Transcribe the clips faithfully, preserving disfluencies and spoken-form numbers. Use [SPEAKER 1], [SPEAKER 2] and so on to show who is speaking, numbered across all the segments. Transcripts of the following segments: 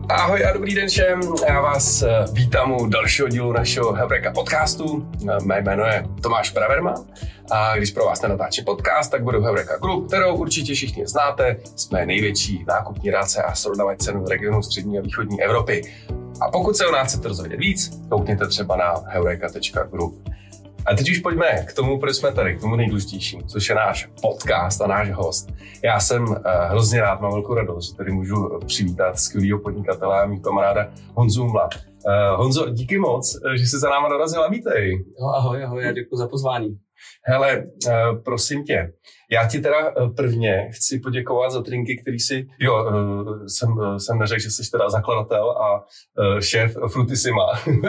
[SPEAKER 1] Ahoj a dobrý den všem, já vás vítám u dalšího dílu našeho Heureka podcastu. Mé jméno je Tomáš Praverma a když pro vás nenatáčím podcast, tak budu Heureka Group, kterou určitě všichni znáte. Jsme největší nákupní rádce a srovnávač cen v regionu střední a východní Evropy. A pokud se o nás chcete dozvědět víc, koukněte třeba na heureka tečka group. A teď už pojďme k tomu, proč jsme tady, k tomu nejdůležitějšímu, což je náš podcast a náš host. Já jsem uh, hrozně rád, mám velkou radost, že tady můžu přivítat skvělýho podnikatele a mým kamaráda Honzu Humla. Uh, Honzo, díky moc, že jsi za náma dorazil a vítej.
[SPEAKER 2] Jo, ahoj, ahoj, já děkuji za pozvání.
[SPEAKER 1] Hele, uh, prosím tě, já ti teda prvně chci poděkovat za drinky, který si, jo, uh, jsem, uh, jsem neřekl, že jsi teda zakladatel a uh, šéf Frutissima.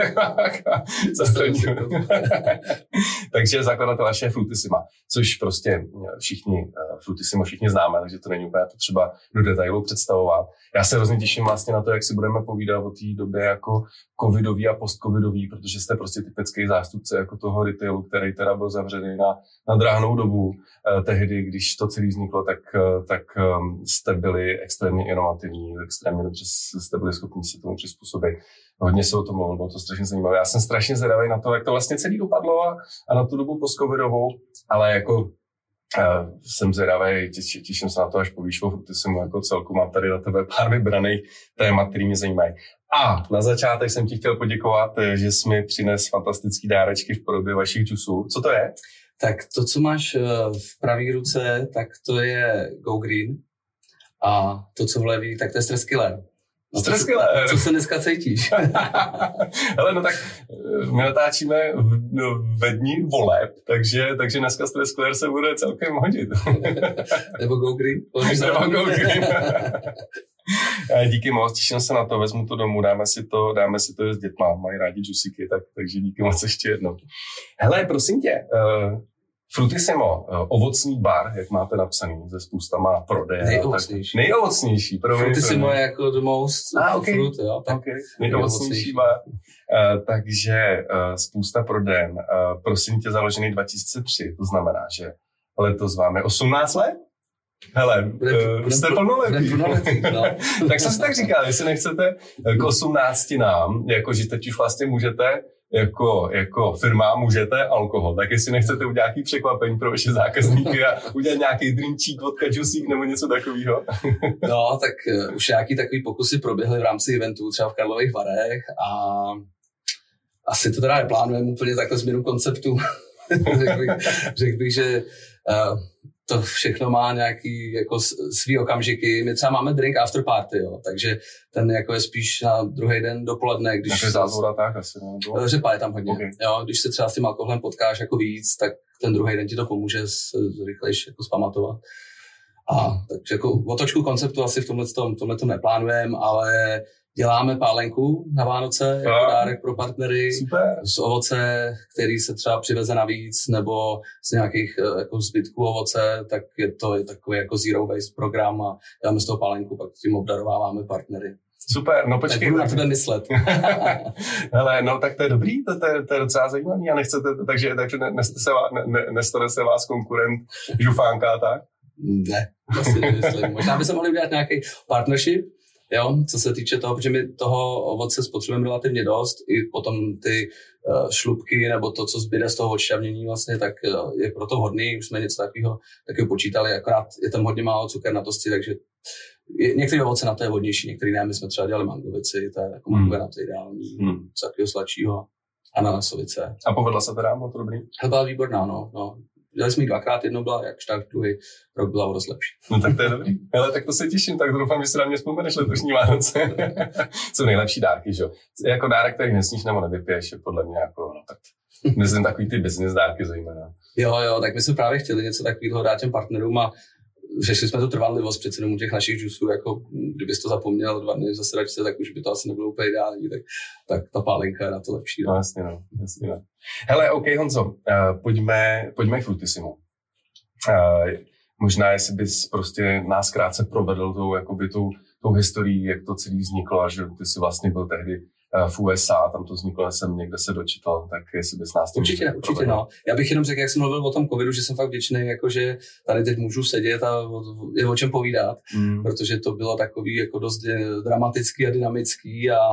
[SPEAKER 1] Takže zakladatel a šéf Frutissima, což prostě všichni, uh, Frutissimo všichni známe, takže to není úplně potřeba do detailu představovat. Já se hrozně těším vlastně na to, jak si budeme povídat o té době jako covidový a post-covidový, protože jste prostě typický zástupce jako toho retailu, který teda byl zavřený na, na dráhnou dobu. Uh, tehdy, když to celé vzniklo, tak, tak um, jste byli extrémně inovativní, extrémně dobře jste byli schopni se tomu přizpůsobit. Hodně se o tom mluvilo, bylo to strašně zajímavé. Já jsem strašně zvědavý na to, jak to vlastně celý dopadlo a, a na tu dobu post-covidovou, ale jako uh, jsem zvědavý, těš, těším se na to, až povíš o Frutissimu jako celku. Mám tady na tebe pár vybraných témat, který mě zajímají. A na začátek jsem ti chtěl poděkovat, že jsi mi přines fantastický dárečky v podobě vašich džusů. Co to je?
[SPEAKER 2] Tak to, co máš v pravé ruce, tak to je Go Green a to, co v levý, tak to je Stress Killer.
[SPEAKER 1] No, Stress Killer.
[SPEAKER 2] Co se dneska cítíš?
[SPEAKER 1] Hele, no tak my natáčíme v, no, ve dní voleb, takže, takže dneska Stress Killer se bude celkem hodit.
[SPEAKER 2] Nebo Go Green.
[SPEAKER 1] Nebo Go Green. Díky moc, těším se na to, vezmu to domů, dáme si to, dáme si to s dětma, mají rádi džusíky, tak, takže díky moc ještě jednou. Hele, prosím tě, uh, Frutissimo, uh, ovocný bar, jak máte napsaný, se spoustama prodeje.
[SPEAKER 2] Nejovocnější.
[SPEAKER 1] Nejovocnější.
[SPEAKER 2] Frutissimo je jako the most
[SPEAKER 1] ah, okay.
[SPEAKER 2] fruit, jo. Tak
[SPEAKER 1] okay. Nejovocnější bar. Uh, takže uh, spousta prodejen. Uh, prosím tě, založený dva tisíce tři, to znamená, že letos vám je osmnáct let? Hele, budem, uh, jste plnoletý.
[SPEAKER 2] No.
[SPEAKER 1] Tak jsem si tak říkal, jestli nechcete k osmnácti nám, jakože teď už vlastně můžete, jako, jako firma můžete alkohol, tak jestli nechcete udělat nějaký překvapení pro vaše zákazníky a udělat nějaký drinčík, vodka, džusík nebo něco takového.
[SPEAKER 2] No, tak uh, už nějaký takový pokusy proběhly v rámci eventů, třeba v Karlových Varech a asi to teda neplánujeme úplně takhle změnu konceptu. řekl, bych, řekl bych, že uh, to všechno má nějaký jako svý okamžiky. My třeba máme drink after party, jo, takže ten jako je spíš na druhý den dopoledne, když
[SPEAKER 1] se zázvoda tak asi, nebo?
[SPEAKER 2] Řepa je tam hodně.
[SPEAKER 1] Okay.
[SPEAKER 2] Jo, když se třeba s tím alkoholem potkáš jako víc, tak ten druhý den ti to pomůže rychlejš jako zpamatovat. A takže jako otočku konceptu asi v tomhle tom, tomhle tom neplánujeme, ale děláme pálenku na Vánoce jako a, dárek pro partnery.
[SPEAKER 1] Super.
[SPEAKER 2] Z ovoce, který se třeba přiveze navíc, nebo z nějakých jako zbytků ovoce, tak je to je takový jako zero waste program a děláme z toho pálenku, pak tím obdarováváme partnery.
[SPEAKER 1] Super, no počkej.
[SPEAKER 2] Tak budu na tebe myslet.
[SPEAKER 1] Hele, no tak to je dobrý, to, to, je, to je docela zajímavý a nechcete, takže, takže nestane se, ne, nestane se vás konkurent žufánka, tak?
[SPEAKER 2] Ne, asi nemyslím. Možná by se mohli udělat nějaký partnership, jo, co se týče toho, protože my toho ovoce spotřebujeme relativně dost, i potom ty uh, šlupky nebo to, co zbyde z toho odšťavnění vlastně, tak uh, je proto vhodný, už jsme něco takového, takového počítali, akorát je tam hodně málo cukernátosti, takže je, některé ovoce na to je vhodnější, některé ne, my jsme třeba dělali mangovici, to je jako hmm. mango na to ideální, hmm. co takového sladšího, ananasovice.
[SPEAKER 1] A povedla se teda, bylo to dobrý?
[SPEAKER 2] Byla výborná, no, no. Dělali jsme ji dvakrát, jednou byla jak tak, druhý rok byla o dost lepší.
[SPEAKER 1] No tak to je dobrý. Hele, tak to se těším, tak doufám, že si na mě vzpomeneš letošní Vánoce. Jsou nejlepší dárky, že jo. Jako dárek, který nesníš nebo nevypiješ, je podle mě jako, no tak, myslím takový ty business dárky zajímavé.
[SPEAKER 2] Jo, jo, tak my jsme právě chtěli něco takového dát těm partnerům a řešili jsme tu trvanlivost přece jenom u těch našich džusů, jako kdybys to zapomněl dva dny v zasedačce, tak už by to asi nebylo úplně ideální, tak, tak ta pálenka je na to lepší.
[SPEAKER 1] No, jasně, no, jasně, no. Hele, OK, Honzo, uh, pojďme, pojďme k Frutissimu. Uh, možná, jestli bys prostě nás krátce provedl tou, jakoby tou, tou historií, jak to celý vzniklo a že ty jsi vlastně byl tehdy v U S A, tam to vzniklo, jsem někde se dočítal, tak jestli bys nás...
[SPEAKER 2] Určitě, určitě, no. Já bych jenom řekl, jak jsem mluvil o tom covidu, že jsem fakt vděčný, jako že tady teď můžu sedět a je o čem povídat, mm. protože to bylo takový jako dost dramatický a dynamický a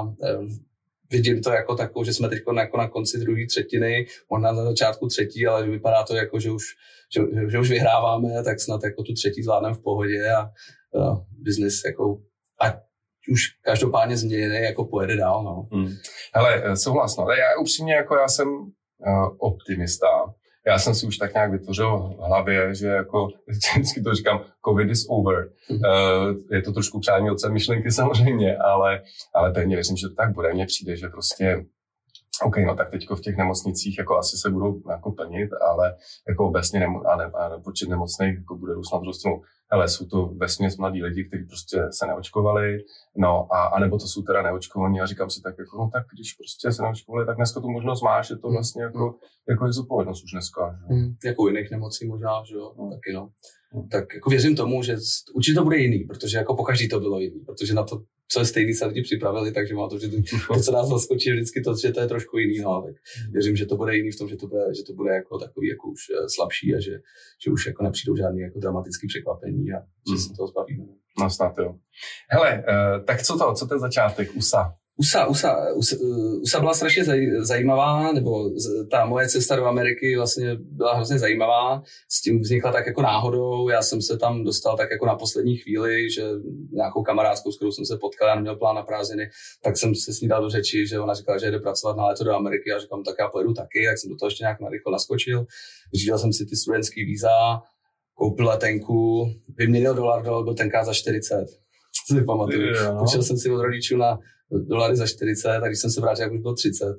[SPEAKER 2] vidím to jako takovou, že jsme teď jako na konci druhé třetiny, možná na začátku třetí, ale vypadá to jako, že už, že, že už vyhráváme, tak snad jako tu třetí zvládneme v pohodě a, a business jako a už každopádně změněný jako pojede dál. No.
[SPEAKER 1] Hmm. Hele, souhlas, no. Já upřímně jako já jsem uh, optimista. Já jsem si už tak nějak vytvořil v hlavě, že jako vždycky to říkám, COVID is over. Uh, je to trošku přání od myšlenky samozřejmě, ale, ale pevně věřím, že to tak bude. Mně přijde, že prostě OK, no tak teďko v těch nemocnicích jako asi se budou jako plnit, ale jako obecně nemo, a, ne, a počet nemocných jako bude růst na druhou stranu. Hele, jsou to vesměs mladí lidi, kteří prostě se neočkovali, no a, a nebo to jsou teda neočkovaní a říkám si tak jako, no tak když prostě se neočkovali, tak dneska tu možnost máš, je to vlastně jako, mm. jako je zodpovědnost už dneska. Že?
[SPEAKER 2] Mm. Jako u jiných nemocí možná, že jo, mm. taky no. Mm. Tak jako věřím tomu, že určitě to bude jiný, protože jako pokaždý to bylo jiný, protože na to, co je stejný, se lidi připravili, takže má to, že to, co nás zaskočí vždycky to, že to je trošku jiný, no, tak věřím, že to bude jiný v tom, že to bude, že to bude jako takový jako už slabší a že, že už jako nepřijdou žádný jako dramatický překvapení a že mm. se toho zbavíme.
[SPEAKER 1] No snad jo. Hele, tak co to, co ten začátek U S A?
[SPEAKER 2] U S A, U S A, U S A byla strašně zajímavá, nebo ta moje cesta do Ameriky vlastně byla hrozně zajímavá. S tím vznikla tak jako náhodou. Já jsem se tam dostal tak jako na poslední chvíli, že nějakou kamarádskou, s kterou jsem se potkal, já neměl plán na prázdniny, tak jsem se s ní dal do řeči, že ona říkala, že jde pracovat na léto do Ameriky a říkám, tak já pojedu taky, tak jsem do toho ještě nějak narychlo naskočil. Vyřídil jsem si ty studentský víza, koupil letenku, vyměnil dolar, dolar byl tenkrát za čtyřicet. Si pamatuju. Učil jsem si od rodičů na dolary za čtyřicet, a když jsem se vrátil, jak už bylo třicet.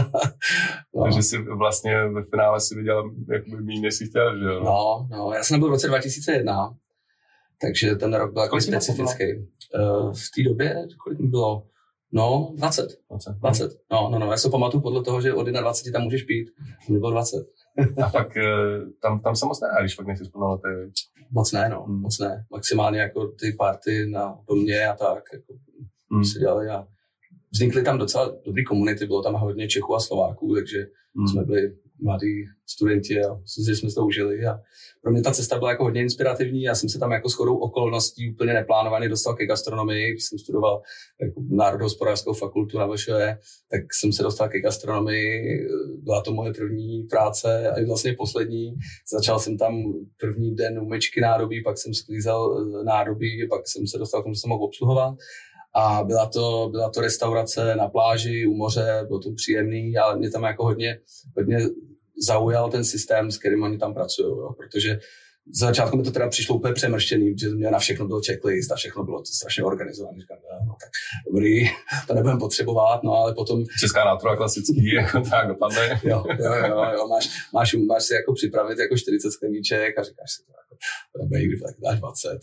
[SPEAKER 1] No. Takže si vlastně ve finále si viděl jakoby méně, než jsi chtěl, že jo?
[SPEAKER 2] No, no, já jsem byl v roce dva tisíce jedna, takže ten rok byl jako specifický. Uh, v té době, kolik mi bylo? No, dvacet. dvacet. dvacet. No, no, no, já se pamatuju podle toho, že od dvacet jedna tam můžeš pít. Mě bylo dvacet.
[SPEAKER 1] A pak tam, tam se moc ne, když pak nechci vzpomínat ty...
[SPEAKER 2] Moc ne, no, hmm. moc ne. Maximálně jako ty party na domě a tak, jako hmm. se dělali a vznikly tam docela dobrý komunity, bylo tam hodně Čechů a Slováků, takže hmm. jsme byli mladí studenti a že jsme se to užili a pro mě ta cesta byla jako hodně inspirativní. Já jsem se tam jako shodou okolností úplně neplánovaně dostal ke gastronomii, když jsem studoval jako národohospodářskou fakultu na V Š E, tak jsem se dostal ke gastronomii, byla to moje první práce a i vlastně poslední. Začal jsem tam první den umyčky nádobí, pak jsem sklízel nádobí, pak jsem se dostal k tomu, že jsem mohl obsluhovat. A byla to, byla to restaurace na pláži, u moře, bylo to příjemný, ale mě tam jako hodně, hodně zaujal ten systém, s kterým oni tam pracují, jo, protože za začátku mi to teda přišlo úplně přemrštěný, že mě na všechno byl checklist a všechno bylo strašně organizované. Říkám, no tak dobrý, to nebudem potřebovat, no ale potom...
[SPEAKER 1] Česká nátura klasický, jako tak dopadne.
[SPEAKER 2] Jo, jo, jo, jo máš, máš, máš si jako připravit jako čtyřicet skleníček a říkáš si to jako, to nebude nikdy, tak dáš dvacet,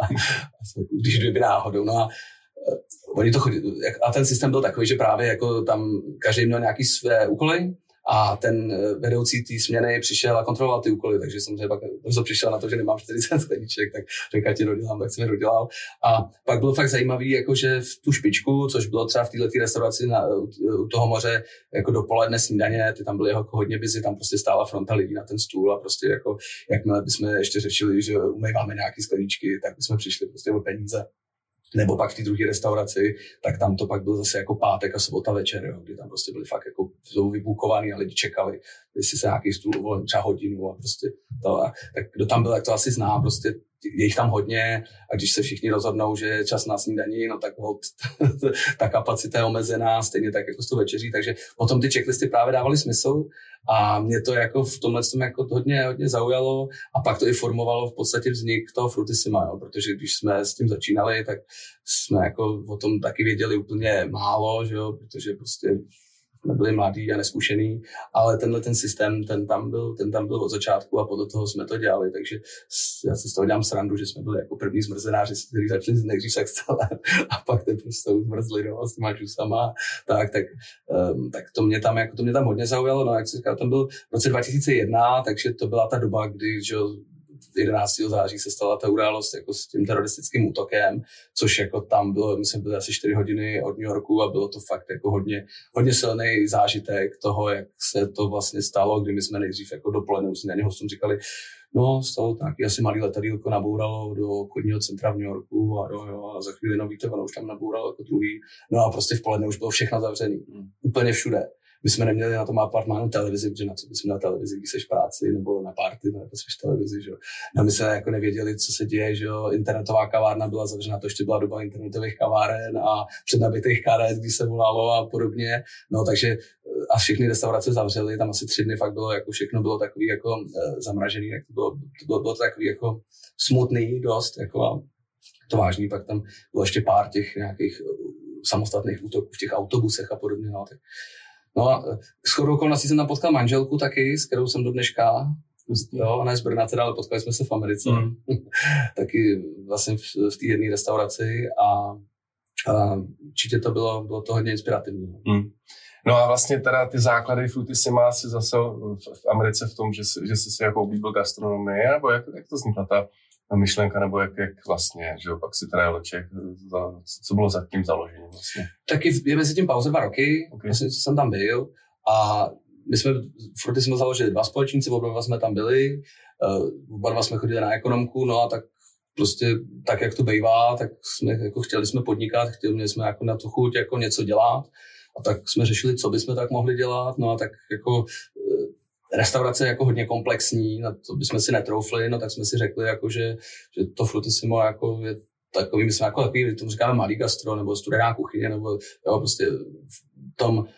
[SPEAKER 2] když kdyby náhodou, no a oni to chodí, a ten systém byl takový, že právě jako tam každý měl nějaký své úkoly a ten vedoucí té směny přišel a kontroloval ty úkoly, takže samozřejmě pak přišel na to, že nemám čtyřicet skleniček, tak řekl, já ti dodělám, tak jsem je dodělal. A pak bylo fakt zajímavý, jako že v tu špičku, což bylo třeba v této restauraci na, u toho moře, jako dopoledne snídaně, ty tam byly jako hodně busy, tam prostě stála fronta lidí na ten stůl a prostě jako, jakmile bychom ještě řešili, že umýváme nějaký skleničky, tak bychom přišli prostě o peníze. Nebo pak v té druhé restauraci, tak tam to pak byl zase jako pátek a sobota večer, jo, kdy tam prostě byli fakt jako vybukovaný a lidi čekali, jestli se nějaký stůl uvolní třeba hodinu a prostě to. A tak kdo tam byl, tak to asi zná, prostě je jich tam hodně a když se všichni rozhodnou, že je čas na snídaní, no tak hod, ta kapacita je omezená, stejně tak jako s tou večeří, takže potom ty checklisty právě dávaly smysl a mě to jako v tomhle tom jako hodně, hodně zaujalo a pak to i formovalo v podstatě vznik toho Frutissima, jo, protože když jsme s tím začínali, tak jsme jako o tom taky věděli úplně málo, že jo, protože prostě nebyli mladí a neskušený, ale tenhle ten systém, ten tam byl, ten tam byl od začátku a podle toho jsme to dělali, takže já si z toho dělám srandu, že jsme byli jako první zmrzenáři, kteří začali nejdřív s Excelem a pak te prostě zmrzli, no, s těma džusama, tak, tak, um, tak to mě tam, jako to mě tam hodně zaujalo, no, jak si říkal, tam byl v roce dva tisíce jedna, takže to byla ta doba, kdy, že jedenáctého září se stala ta událost jako s tím teroristickým útokem, což jako tam bylo, my jsme byli asi čtyři hodiny od New Yorku a bylo to fakt jako hodně, hodně silný zážitek toho, jak se to vlastně stalo, kdy my jsme nejdřív jako dopoledne už na něj hostům říkali, no, stalo nějaký asi malý letadýlko, nabouralo do obchodního centra v New Yorku a, do, jo, a za chvíli, no víte, ono už tam nabouralo jako druhý. No a prostě v poledne už bylo všechno zavřený. Mm. Úplně všude. My jsme neměli na tom apartmánu televizi, protože na co bychom na televizi, když seš v práci, nebo na party, nebo jako seš televizi, že jo. No my jsme jako nevěděli, co se děje, že jo. Internetová kavárna byla zavřena, to ještě byla doba internetových kaváren a přednabitých karet, když se volalo a podobně. No takže a všechny restaurace zavřely, tam asi tři dny fakt bylo, jako všechno bylo takový jako e, zamražený, jak to bylo, to bylo, bylo to takový jako smutný dost, jako a to vážný, pak tam bylo ještě pár těch nějakých samostatných útoků v těch autobusech a podobně, no tak. No a shodou okolností jsem tam potkal manželku taky, s kterou jsem do dneška, jo, ona je z Brna teda, ale potkali jsme se v Americe, mm. taky vlastně v, v té jedné restauraci a, a určitě to bylo, bylo to hodně inspirativní.
[SPEAKER 1] Mm. No a vlastně teda ty základy Fruitissima si zase v Americe v tom, že jsi, že jsi si jako oblíbil gastronomii, nebo jak, jak to vznikla ta myšlenka, nebo jak, jak vlastně, že jo, pak si teda Čech, za, co bylo za tím založením vlastně?
[SPEAKER 2] Taky je mezi tím pauze dva roky, okay. Vlastně jsem tam byl a my jsme Fruitissima založili dva společníci, oba dva jsme tam byli, uh, oba dva jsme chodili na ekonomku, no a tak prostě tak, jak to bývá, tak jsme jako chtěli jsme podnikat, chtěli měli jsme jako na to chuť jako něco dělat a tak jsme řešili, co bychom tak mohli dělat, no a tak jako restaurace je jako hodně komplexní, na to bychom si netroufli, no tak jsme si řekli, jako, že, že to Fruitissimo jako je takový, my jsme jako takový, tomu říkáme malý gastro, nebo studená kuchyně, nebo jo, prostě v tom um,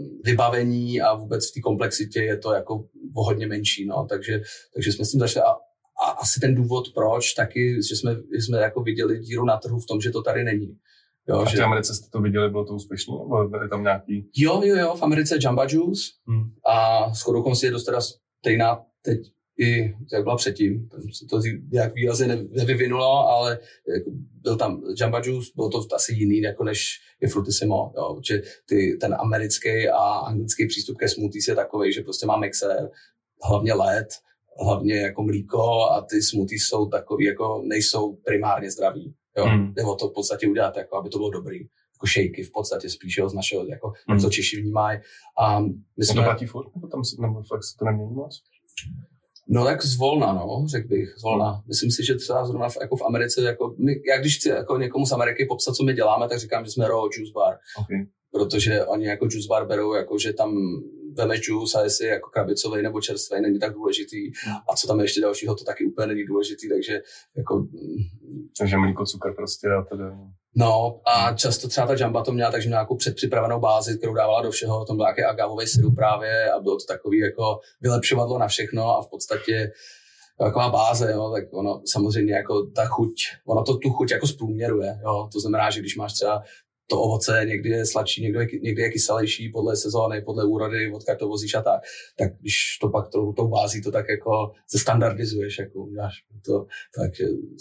[SPEAKER 2] vybavení a vůbec v té komplexitě je to jako hodně menší, no, takže, takže jsme s tím začali a, a asi ten důvod proč taky, že jsme, že jsme jako viděli díru na trhu v tom, že to tady není. Jo,
[SPEAKER 1] a v
[SPEAKER 2] že...
[SPEAKER 1] té Americe jste to viděli, bylo to úspěšné? Nebo byly tam nějaký...
[SPEAKER 2] Jo, jo, jo, v Americe Jamba Juice hmm. a shodou okolností je dost teda stejná teď i jak byla předtím. Tam se to nějak výrazně nevyvinulo, ale jako byl tam Jamba Juice, bylo to asi jiný jako než je Fruitissimo. Jo, protože ty, ten americký a anglický přístup ke smoothies je takovej, že prostě má mixer, hlavně led, hlavně jako mlíko a ty smoothies jsou takový, jako nejsou primárně zdraví. Jo, hmm. Jde o to v podstatě udělat, jako, aby to bylo dobrý. Jako šejky v podstatě spíš jo, z našeho, jako, hmm. jak to Češi vnímají. A my jsme...
[SPEAKER 1] to platí furt? Nebo tam se, nebo fakt se to nemění moc?
[SPEAKER 2] No tak zvolna, no, řekl bych, zvolna. Myslím si, že třeba zrovna v, jako v Americe, jako my, já když chci jako někomu z Ameriky popsat, co my děláme, tak říkám, že jsme raw juice bar.
[SPEAKER 1] Okay.
[SPEAKER 2] Protože oni jako juice bar berou, jako, že tam vemeš juice a jestli je jako krabicový nebo čerstvý, není tak důležitý. A co tam je ještě dalšího, to taky úplně není důležitý, takže jako...
[SPEAKER 1] Takže mlíko, cukr prostě a teda...
[SPEAKER 2] No a často třeba ta Jamba to měla takže nějakou předpřipravenou bázi, kterou dávala do všeho, tam byl nějaký agávový syrup právě a bylo to takový jako vylepšovadlo na všechno a v podstatě taková báze, jo, tak ono samozřejmě jako ta chuť, ono to tu chuť jako zprůměruje, jo, to znamená, že když máš třeba to ovoce někdy je sladší, někdy je, někdy je kyselější podle sezóny, podle úrody, odkud to vozíš a tak. Tak když to pak tou, tou bází to tak jako zestandardizuješ, jako uděláš to, takže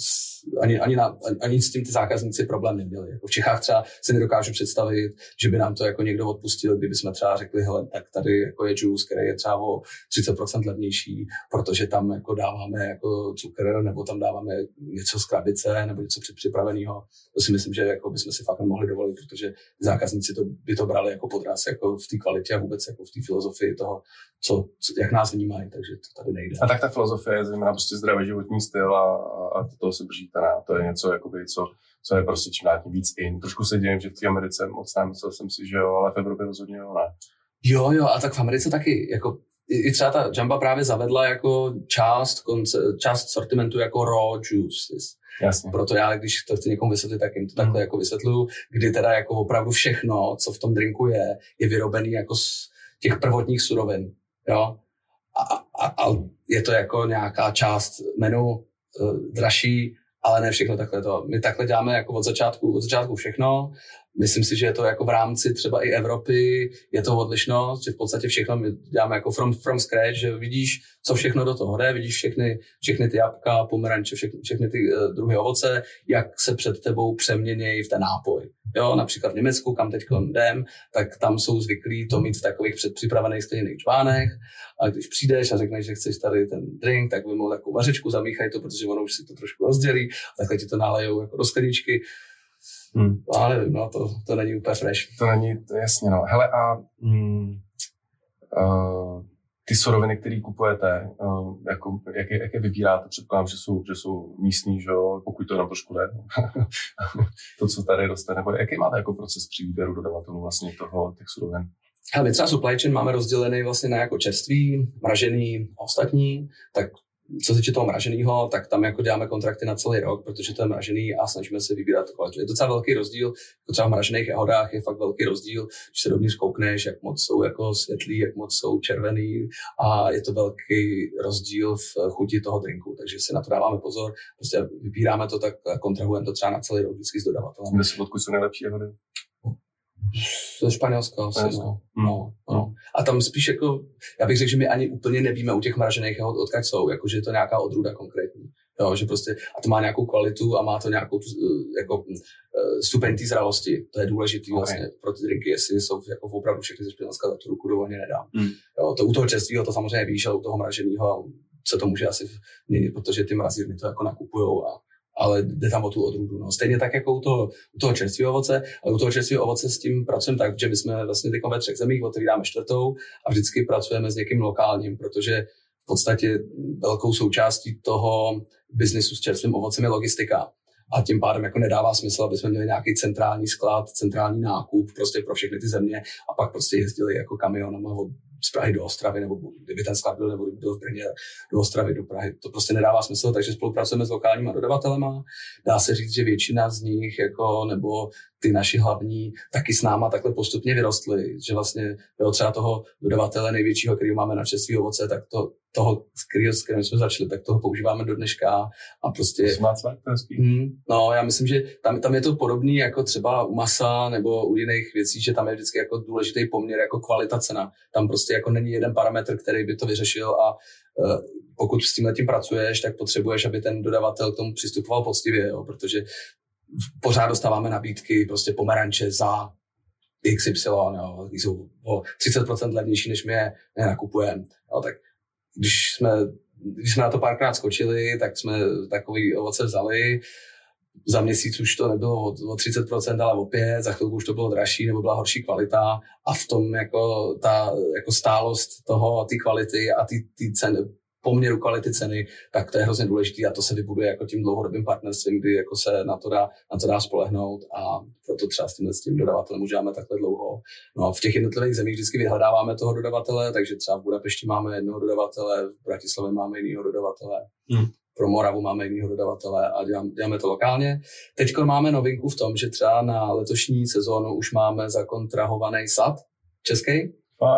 [SPEAKER 2] ani, ani, na, ani s tím ty zákazníci problém neměli. Jako v Čechách třeba si nedokážu představit, že by nám to jako někdo odpustil, kdyby jsme třeba řekli, hele, tak tady jako je juice, který je třeba o třicet procent levnější, protože tam jako dáváme jako cukr, nebo tam dáváme něco z krabice, nebo něco předpřipraveného. To si myslím, že jako bychom si fakt nemohli dovolit, protože zákazníci to, by to brali jako podraz jako v té kvalitě a vůbec jako v té filozofii toho, co, co, jak nás vnímají, takže to tady nejde.
[SPEAKER 1] A tak ta filozofie je zejména prostě zdravý životní styl a, a toho se držíte, ne? To je něco, jakoby, co, co je prostě čím dál tím víc in. Trošku se dějím, že v té Americe moc nemyslel jsem si, že jo, ale v Evropě rozhodně jo, ne.
[SPEAKER 2] Jo, jo, a tak v Americe taky, jako i třeba ta Jamba právě zavedla jako část, konce, část sortimentu jako raw juices.
[SPEAKER 1] Jasně.
[SPEAKER 2] Proto já, když to chci někomu vysvětlit, tak jim to takhle mm. jako vysvětluju, kdy teda jako opravdu všechno, co v tom drinku je, je vyrobený jako z těch prvotních surovin, jo. A, a, a je to jako nějaká část menu uh, dražší, ale ne všechno takhle to. My takhle děláme jako od začátku, od začátku všechno. Myslím si, že je to jako v rámci třeba i Evropy, je to odlišnost, že v podstatě všechno my děláme jako from, from scratch, že vidíš, co všechno do toho jde, vidíš všechny, všechny ty jabka, pomeranče, všechny, všechny ty uh, druhy ovoce, jak se před tebou přeměnějí v ten nápoj. Jo, například v Německu, kam teď jdem, tak tam jsou zvyklí to mít v takových předpřipravených skleněných čvánech a když přijdeš a řekneš, že chceš tady ten drink, tak vymou takovou vařečku, zamíchají to, protože ono už si to trošku rozdělí, takhle ti to nalejou jako do skleničky. Hmm. A nevím, no, to, to není úplně fresh.
[SPEAKER 1] To není, to jasně, no. Hele, a mm, uh, ty suroviny, které kupujete, uh, jako, jak, je, jak je vybíráte? Předpokládám, že jsou, že jsou místní, že jo, pokud to nám trošku jde. To, co tady roste, nebo jaký máte jako proces při výběru dodavatelů vlastně toho, těch surovin?
[SPEAKER 2] Ale my třeba supply chain máme rozdělený vlastně na jako čerství, mražený a ostatní, tak co se týče toho mraženého, tak tam jako děláme kontrakty na celý rok, protože to je mražený a snažíme se vybírat kvalitu. Je docela velký rozdíl, jako třeba v mražených jahodách je fakt velký rozdíl, když se dovnitř koukneš, jak moc jsou jako světlý, jak moc jsou červený a je to velký rozdíl v chuti toho drinku, takže si na to dáváme pozor, prostě vybíráme to tak a kontrahujeme to třeba na celý rok vždycky s dodavatelem.
[SPEAKER 1] Kde jsou, odkud jsou nejlepší jahody?
[SPEAKER 2] Ze Španělska asi, no. No, no. A tam spíš jako, já bych řekl, že my ani úplně nevíme u těch mražených jahod, odkud jsou, jako, že je to nějaká odrůda konkrétní. Jo, že prostě, a to má nějakou kvalitu a má to nějakou jako, stupeň té zralosti. To je důležitý okay. Vlastně pro ty drinky, jestli jsou jako opravdu všechny ze Španělska, tak tu ruku dovolně nedám. Mm. Jo, to u toho čerstvého to samozřejmě víš, ale u toho mraženého se to může asi měnit, protože ty mrazírny to jako nakupujou a ale jde tam o tu odrůdu. No. Stejně tak jako u toho, u toho čerstvého ovoce, ale u toho čerstvého ovoce s tím pracujeme tak, že my jsme vlastně teď ve třech zemích, otevíráme čtvrtou a vždycky pracujeme s někým lokálním, protože v podstatě velkou součástí toho biznisu s čerstvým ovocem je logistika. A tím pádem jako nedává smysl, aby jsme měli nějaký centrální sklad, centrální nákup prostě pro všechny ty země a pak prostě jezdili jako kamionama od z Prahy do Ostravy, nebo kdyby ten sklad byl, nebo kdyby byl v Brně do Ostravy, do Prahy. To prostě nedává smysl, takže spolupracujeme s lokálníma dodavatelema. Dá se říct, že většina z nich, jako, nebo ty naši hlavní, taky s náma takhle postupně vyrostly, že vlastně jo, třeba toho dodavatele největšího, který máme na čerstvý ovoce, tak to, toho, s kterým jsme začali, tak toho používáme do dneška a prostě... Hmm, no, já myslím, že tam, tam je to podobný jako třeba u masa nebo u jiných věcí, že tam je vždycky jako důležitý poměr jako kvalita cena. Tam prostě jako není jeden parametr, který by to vyřešil a uh, pokud s tímhletím pracuješ, tak potřebuješ, aby ten dodavatel k tomu přistupoval poctivě, jo, protože pořád dostáváme nabídky, prostě pomeranče za X Y, jo, jsou o třicet procent levnější, než my je nakupujeme. No, tak když jsme, když jsme na to párkrát skočili, tak jsme takový ovoce vzali. Za měsíc už to nebylo o, o třicet procent, ale o pět, za chvilku už to bylo dražší nebo byla horší kvalita a v tom jako ta jako stálost toho, ty kvality a ty, ty ceny, poměru kvality ceny, tak to je hrozně důležitý a to se vybuduje jako tím dlouhodobým partnerstvím, kdy jako se na to dá, na to dá spolehnout a proto třeba s tímhle s tím dodavatelem už děláme takhle dlouho. No, v těch jednotlivých zemích vždycky vyhledáváme toho dodavatele, takže třeba v Budapešti máme jednoho dodavatele, v Bratislavě máme jiného dodavatele. Hmm. Pro Moravu máme jiného dodavatele a děláme, děláme to lokálně. Teď máme novinku v tom, že třeba na letošní sezónu už máme zakontrahovaný sad český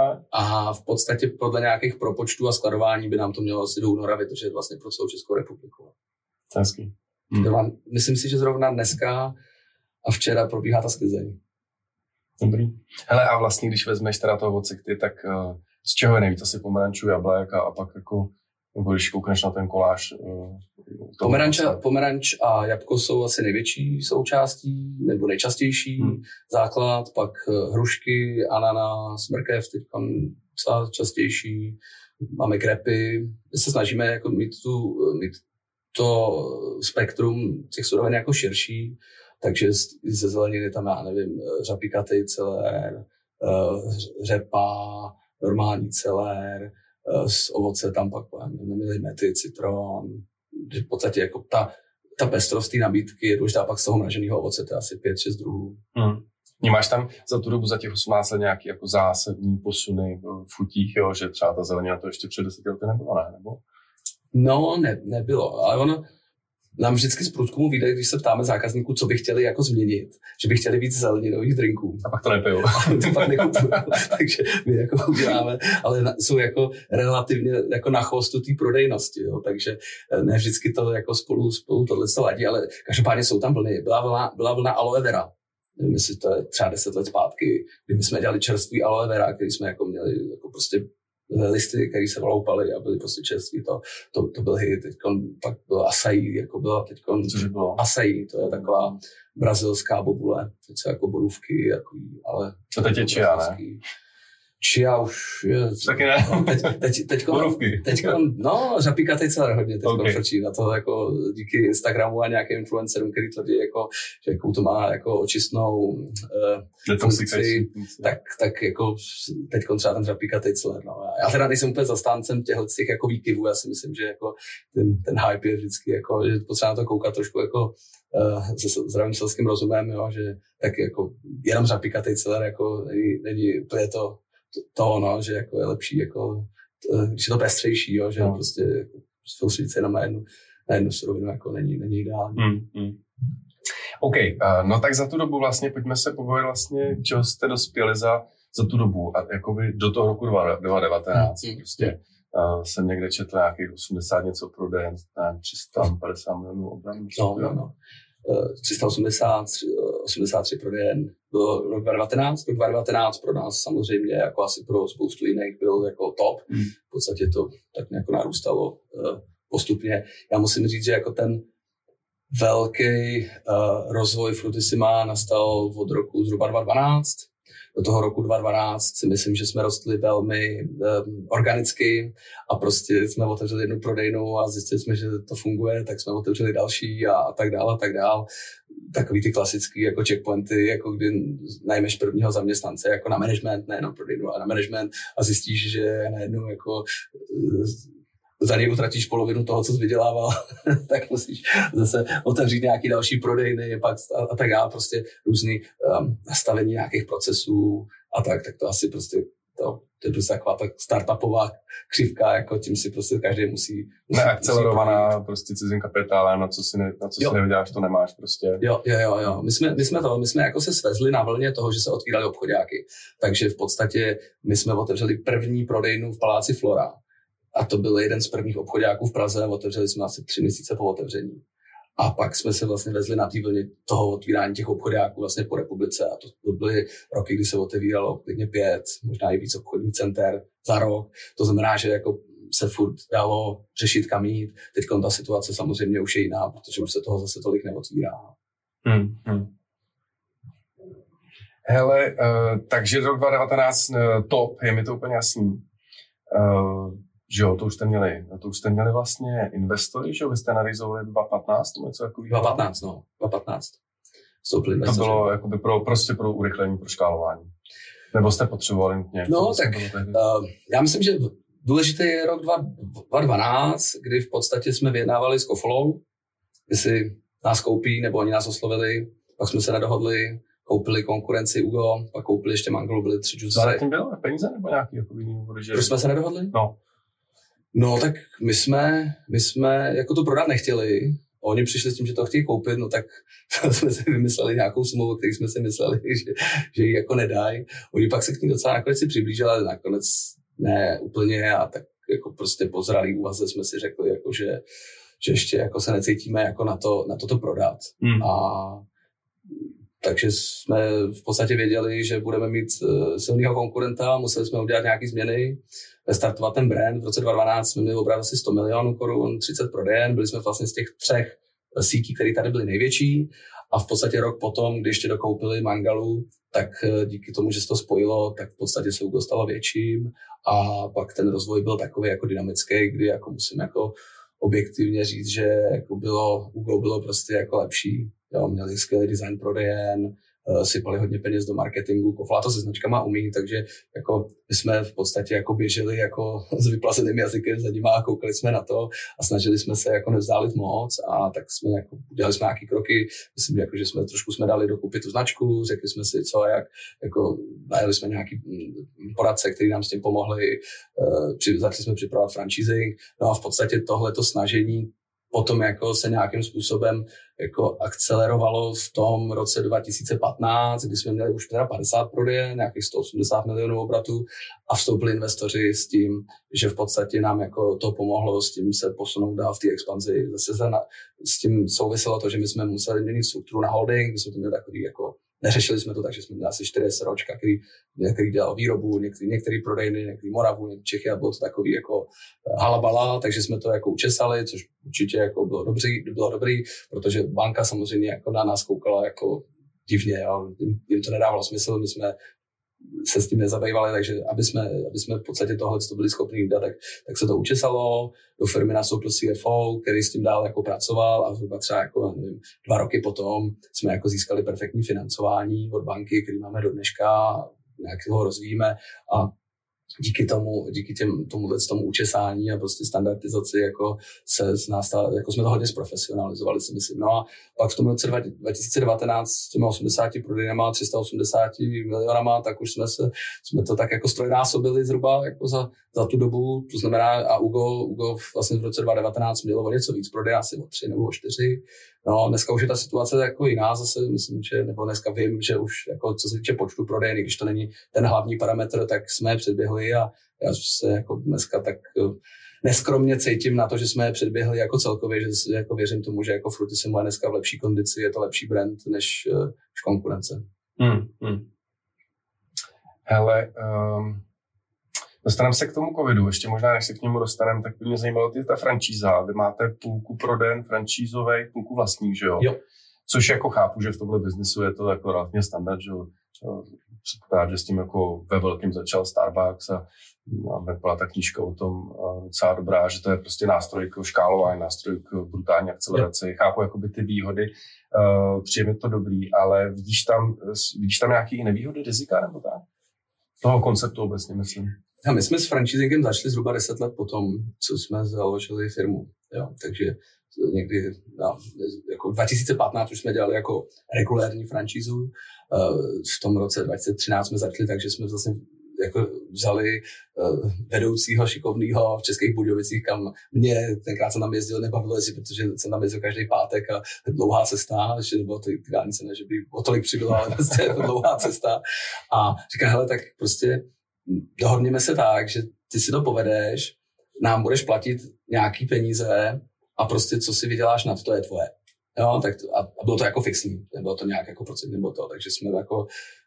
[SPEAKER 2] a v podstatě podle nějakých propočtů a skladování by nám to mělo asi do února vydržet vlastně pro celou Českou republiku.
[SPEAKER 1] Hezký.
[SPEAKER 2] Hmm. Myslím si, že zrovna dneska a včera probíhá ta sklizeň.
[SPEAKER 1] Dobrý. Hele, a vlastně, když vezmeš teda toho ovoce, tak uh, z čeho je nejvíc? Asi pomerančů, jablek a, a pak jako nebo když koukneš na ten koláž.
[SPEAKER 2] Pomeranč, pomeranč a jabko jsou asi největší součástí, nebo nejčastější hmm. základ, pak hrušky, ananas, mrkev, teď docela častější, máme grepy. My se snažíme jako mít, tu, mít to spektrum těch surovin jako širší, takže ze zeleniny tam, já nevím, řapíkatej celér, řepa, normální celér, z ovoce tam pak měli mety, citron, v podstatě jako ta, ta pestrost té nabídky je důležitá, pak z toho mraženého ovoce to je asi pět šest druhů.
[SPEAKER 1] Hmm. Máš tam za tu dobu, za těch osmnáct let nějaký jako zásadní posuny v chutích, jo? Že třeba ta zelenina to ještě před deseti lety nebylo, ne? Nebo?
[SPEAKER 2] No, ne, nebylo, ale ono nám vždycky z průzkumu vyjde, když se ptáme zákazníků, co by chtěli jako změnit, že by chtěli víc zeleninových drinků.
[SPEAKER 1] A pak to nepijou.
[SPEAKER 2] to pak nekupují, takže my jako uděláme, ale jsou jako relativně jako na chvostu té prodejnosti, jo? Takže ne vždycky to jako spolu, spolu tohle se ladí, ale každopádně jsou tam vlny. Byla vlna, byla vlna aloe vera. Nevím, jestli to je třeba deset let zpátky, kdy my jsme dělali čerstvý aloe vera, který jsme jako měli jako prostě listy, které se valoupaly a byly prostě čerství, to, to, to byl hit. Teďkon pak bylo Açaí, jako byla teďkon...
[SPEAKER 1] Cože bylo?
[SPEAKER 2] Açaí, to je taková brazilská bobule, něco jako borůvky, jako, ale...
[SPEAKER 1] To teď je chia, ne?
[SPEAKER 2] Chia už je...
[SPEAKER 1] Taky ne.
[SPEAKER 2] No, teď, teď, teďko,
[SPEAKER 1] borůvky.
[SPEAKER 2] Teďko, no, řapíkatej celé hodně teďko okay. frčí na to, jako díky Instagramu a nějakým influencerům, který tvrdí, jako, že jako to má jako očistnou uh, funkci, tak, tak jako teďko třeba ten řapíkatej celé. No. Já teda nejsem úplně zastáncem těchto těch jako výkyvů, já si myslím, že jako ten, ten hype je vždycky, jako, že potřeba na to koukat trošku jako uh, se zdravým selským rozumem, jo, že tak jako jenom řapíkatej celé, jako není, není úplně to to ono, že jako je lepší, jako, když je to pestřejší, jo, že no. prostě jako, soustředit se jenom na jednu, na jednu surovinu jako není, není ideální.
[SPEAKER 1] Hmm, hmm. OK, uh, no tak za tu dobu vlastně, pojďme se povědět vlastně, čeho jste dospěli za, za tu dobu, a jakoby do toho roku dva tisíce devatenáct, hmm. prostě uh, jsem někde četl nějakých osmdesát něco prodejen, tři sta padesát milionů obranů.
[SPEAKER 2] No, no, no. tři sta osmdesát, osmdesát tři prodejen byl rok dva tisíce devatenáct. Rok dva tisíce devatenáct pro nás samozřejmě, jako asi pro spoustu jiných, byl jako top. Hmm. V podstatě to tak nějak narůstalo uh, postupně. Já musím říct, že jako ten velký uh, rozvoj Fruitissima nastal od roku zhruba dva tisíce dvanáct. Do toho roku dva tisíce dvanáct si myslím, že jsme rostli velmi um, organicky a prostě jsme otevřeli jednu prodejnu a zjistili jsme, že to funguje, tak jsme otevřeli další a, a tak dále a tak dále. Takový ty klasický jako checkpointy, jako kdy najmeš prvního zaměstnance jako na management, nejenom prodejnu, ale na management a zjistíš, že najednou jako za něj utratíš polovinu toho, co jsi vydělával, tak musíš zase otevřít nějaký další prodejny pak a, a tak dále, prostě různý um, nastavení nějakých procesů a tak, tak to asi prostě to, to je prostě taková tak startupová křivka, jako tím si prostě každý musí... musí
[SPEAKER 1] Neakcelerovaná prostě cizím kapitálem, na co si, ne, na co si nevyděláš, to nemáš prostě.
[SPEAKER 2] Jo, jo, jo, jo. My jsme, my jsme to, my jsme jako se svezli na vlně toho, že se otvíraly obchodáky, takže v podstatě my jsme otevřeli první prodejnu v Paláci Flora. A to byl jeden z prvních obchodáků v Praze, otevřeli jsme asi tři měsíce po otevření. A pak jsme se vlastně vezli na té vlně toho otvírání těch obchodáků vlastně po republice. A to, to byly roky, kdy se otevíralo klidně pět, možná i víc obchodních center za rok. To znamená, že jako se furt dalo řešit kam jít. Teď ta situace samozřejmě už je jiná, protože už se toho zase tolik neotvírá.
[SPEAKER 1] Hmm, hmm. Hele, uh, takže rok dva tisíce devatenáct uh, top, je mi to úplně jasný. Uh, Že jo, to už jste měli, to už jste měli vlastně investory, že jo, vy jste narizovali dva tisíce patnáct, nebo něco takového?
[SPEAKER 2] dva tisíce patnáct, no, dva tisíce patnáct. Vstoupili investoři.
[SPEAKER 1] To bylo jakoby pro, prostě pro urychlení, pro škálování. Nebo jste potřebovali nutně?
[SPEAKER 2] No, tak uh, já myslím, že důležitý je rok dva tisíce dvanáct, kdy v podstatě jsme vyjednávali s Kofolou, jestli nás koupí, nebo oni nás oslovili, pak jsme se nedohodli, koupili konkurenci Ugo, pak koupili ještě Mangolu, byli tři juice.
[SPEAKER 1] Zatím bylo peníze nebo nějaký jako jiný důvody, že...
[SPEAKER 2] Proč jsme se nedohodli?
[SPEAKER 1] No.
[SPEAKER 2] No tak my jsme, my jsme jako to prodat nechtěli. Oni přišli s tím, že to chtějí koupit, no tak jsme si vymysleli nějakou sumu, o který jsme si mysleli, že, že ji jako nedají. Oni pak se k ní docela nakonec si přiblížili, ale nakonec ne úplně a tak jako prostě po zralý úvaze jsme si řekli, jako že, že ještě jako se necítíme jako na to, na to, to prodat. Hmm. A takže jsme v podstatě věděli, že budeme mít silného konkurenta, museli jsme udělat nějaké změny, startovat ten brand. V roce dva tisíce dvanáct jsme měli obrat asi sto milionů korun, třicet prodejen, byli jsme vlastně z těch třech sítí, které tady byly největší a v podstatě rok potom, když ještě dokoupili Mangalu, tak díky tomu, že se to spojilo, tak v podstatě se Ugo stalo větším a pak ten rozvoj byl takový jako dynamický, kdy jako musím jako objektivně říct, že jako bylo, Ugo bylo prostě jako lepší. Jo, měli skvělý design prodejen, uh, sypali hodně peněz do marketingu, Kofola to se značkama umí, takže jako my jsme v podstatě jako běželi jako s vyplaceným jazykem za nima a koukali jsme na to a snažili jsme se jako nevzdálit moc a tak jsme jako udělali jsme nějaký kroky, myslím, jako, že jsme trošku jsme dali dokupy tu značku, řekli jsme si co a jak, jako najeli jsme nějaký poradce, který nám s tím pomohli, uh, při, začali jsme připravovat franchising, no a v podstatě tohleto snažení potom jako se nějakým způsobem jako akcelerovalo v tom roce dva tisíce patnáct, kdy jsme měli už teda padesát prodejen, nějakých sto osmdesát milionů obratů a vstoupili investoři s tím, že v podstatě nám jako to pomohlo s tím se posunout dál v té expanzi. Zase za na, s tím souviselo to, že my jsme museli měnit strukturu na holding, my jsme to měli takový jako neřešili jsme to tak, že jsme měli asi čtyři SROčka, který, který dělal výrobu, některý, některý prodejny, některý Moravu, některý Čechy a bylo to takový jako halabala, takže jsme to jako učesali, což určitě jako bylo dobrý, bylo dobrý, protože banka samozřejmě jako na nás koukala jako divně, jo. Jim to nedávalo smysl, my jsme se s tím nezabývali, takže aby jsme, aby jsme v podstatě tohle to byli schopni udělat, tak, tak se to učesalo. Do firmy nastoupil C F O, který s tím dál jako pracoval a zhruba třeba jako, nevím, dva roky potom jsme jako získali perfektní financování od banky, který máme do dneška, nějak ho rozvíjíme a díky tomu, díky těm, tomuhle tomu učesání a prostě standardizaci jako se z nás, jako jsme to hodně zprofesionalizovali, si myslím. No a pak v tom roce dva tisíce devatenáct s těmi osmdesáti prodejnama, tři sta osmdesáti milionama, tak už jsme se, jsme to tak jako strojnásobili zhruba jako za, za tu dobu, to znamená a Ugo, Ugo vlastně v roce dva tisíce devatenáct mělo o něco víc prodej, asi o tři nebo o čtyři. No, dneska už je ta situace jako jiná zase, myslím, že, nebo dneska vím, že už jako co se týče počtu prodejny, když to není ten hlavní parametr, tak jsme je předběhli a já se jako dneska tak neskromně cítím na to, že jsme je předběhli jako celkově, že jako věřím tomu, že jako Fruitissimo je dneska v lepší kondici, je to lepší brand než, než konkurence.
[SPEAKER 1] Hmm, hmm. Hele, um, dostaneme se k tomu covidu, ještě možná, než se k němu dostaneme, tak by mě zajímalo ty ta franšíza. Vy máte půlku proden franšízovej, půlku vlastní, že jo?
[SPEAKER 2] Jo.
[SPEAKER 1] Což jako chápu, že v tomhle biznesu je to jako relativně standard, že jo? Předpokládám, že s tím jako ve velkým začal Starbucks a, a byla ta knížka o tom docela dobrá, že to je prostě nástroj k škálování, nástroj k brutální akceleraci. Jo. Chápu jakoby ty výhody, uh, přijeme to dobrý, ale vidíš tam, vidíš tam nějaký nevýhody, rizika nebo tak? Toho konceptu obecně, myslím.
[SPEAKER 2] A my jsme s franchisingem začali zhruba deset let potom, co jsme založili firmu. Jo, takže někdy no, jako dva tisíce patnáct už jsme dělali jako regulární franšízu. V tom roce dva tisíce třináct jsme začali, takže jsme zase jako vzali vedoucího šikovného v Českých Budějovicích, kam mě tenkrát jsem tam jezdil, nebavilo jestli, protože jsem tam jezdil každý pátek a dlouhá cesta, ještě nebylo to ty dálnice, ne, že by o tolik přibylo, ale prostě jako dlouhá cesta. A říká, hele, tak prostě dohodněme se tak, že ty si to povedeš, nám budeš platit nějaký peníze a prostě co si vyděláš na to, to je tvoje. Jo, tak to, a bylo to jako fixní, nebylo to nějak jako procent, nebo to, takže jsme jako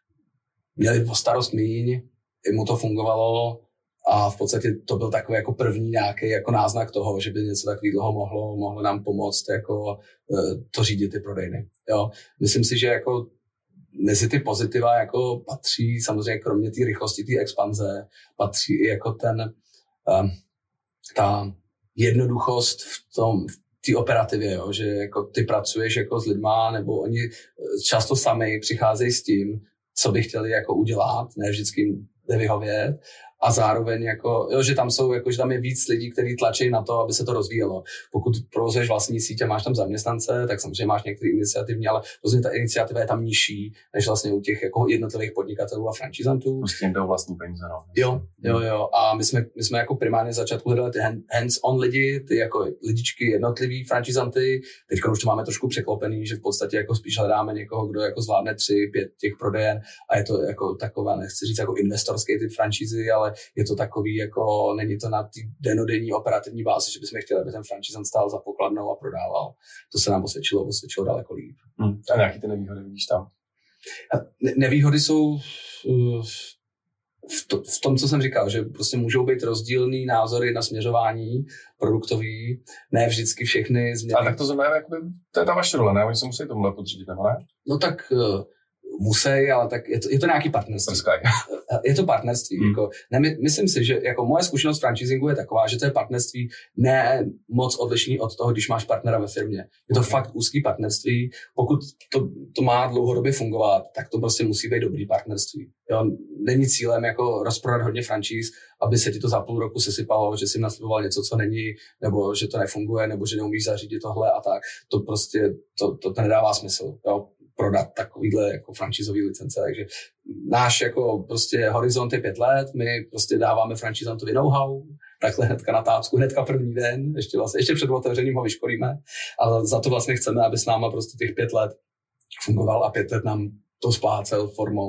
[SPEAKER 2] měli o starost míň, i mu to fungovalo a v podstatě to byl takový jako první nějaký jako náznak toho, že by něco takového mohlo, mohlo nám pomoct jako to řídit ty prodejny. Jo, myslím si, že jako mezi ty pozitiva jako patří samozřejmě kromě té rychlosti, té expanze, patří i jako ten, um, ta jednoduchost v tom, v té operativě, jo, že jako ty pracuješ jako s lidma, nebo oni často sami přicházejí s tím, co by chtěli jako udělat, ne vždycky nevyhovět. A zároveň, jako, jo, že tam jsou, jako, že tam je víc lidí, kteří tlačí na to, aby se to rozvíjelo. Pokud provozuješ vlastní sítě, máš tam zaměstnance, tak samozřejmě máš některé iniciativní, ale rozhodně ta iniciativa je tam nižší, než vlastně u těch jako jednotlivých podnikatelů a franšízantů.
[SPEAKER 1] Prostě jim jdou vlastní peníze, no.
[SPEAKER 2] Jo, jo, jo. A my jsme, my jsme jako primárně začátku hledali ty hands-on lidi, ty jako lidičky, jednotlivý franšízanty. Teď už to máme trošku překlopený, že v podstatě jako spíš hledáme někoho, kdo jako zvládne tři, pět těch prodejen a je to jako takové, nechci říct jako investorský typ franšízy, ale je to takový, jako není to na té denodenní operativní bázi, že bychom chtěli, aby ten franšízant stál za pokladnou a prodával. To se nám osvědčilo, osvědčilo daleko líp.
[SPEAKER 1] Hmm. A nějaký ty nevýhody vidíš tam?
[SPEAKER 2] Ne- nevýhody jsou uh, v, to, v tom, co jsem říkal, že prostě můžou být rozdílný názory na směřování produktový, ne vždycky všechny změny.
[SPEAKER 1] A tak to znamená, jakoby, to je ta vaše role, ne? Oni se musí tomuhle podřídit, nebo ne?
[SPEAKER 2] No tak uh, musí, ale tak je to, je to nějaký partnerství. Je to partnerství. Hmm. Jako, ne, my, myslím si, že jako moje zkušenost franchisingu je taková, že to je partnerství ne moc odlišný od toho, když máš partnera ve firmě. Je to okay. fakt úzký partnerství. Pokud to, to má dlouhodobě fungovat, tak to prostě musí být dobrý partnerství. Jo? Není cílem jako rozprodat hodně franšíz, aby se ti to za půl roku sesypalo, že jsi jim nasliboval něco, co není, nebo že to nefunguje, nebo že neumíš zařídit tohle a tak. To prostě to, to, to nedává smysl. Jo? Prodat takovýhle jako franšízový licence, takže náš jako prostě horizont je pět let, my prostě dáváme franšízantovi know-how, takhle hnedka na tácku, hnedka první den, ještě vlastně, ještě před otevřením ho vyškolíme, ale za to vlastně chceme, aby s náma prostě těch pět let fungoval a pět let nám to splácel formou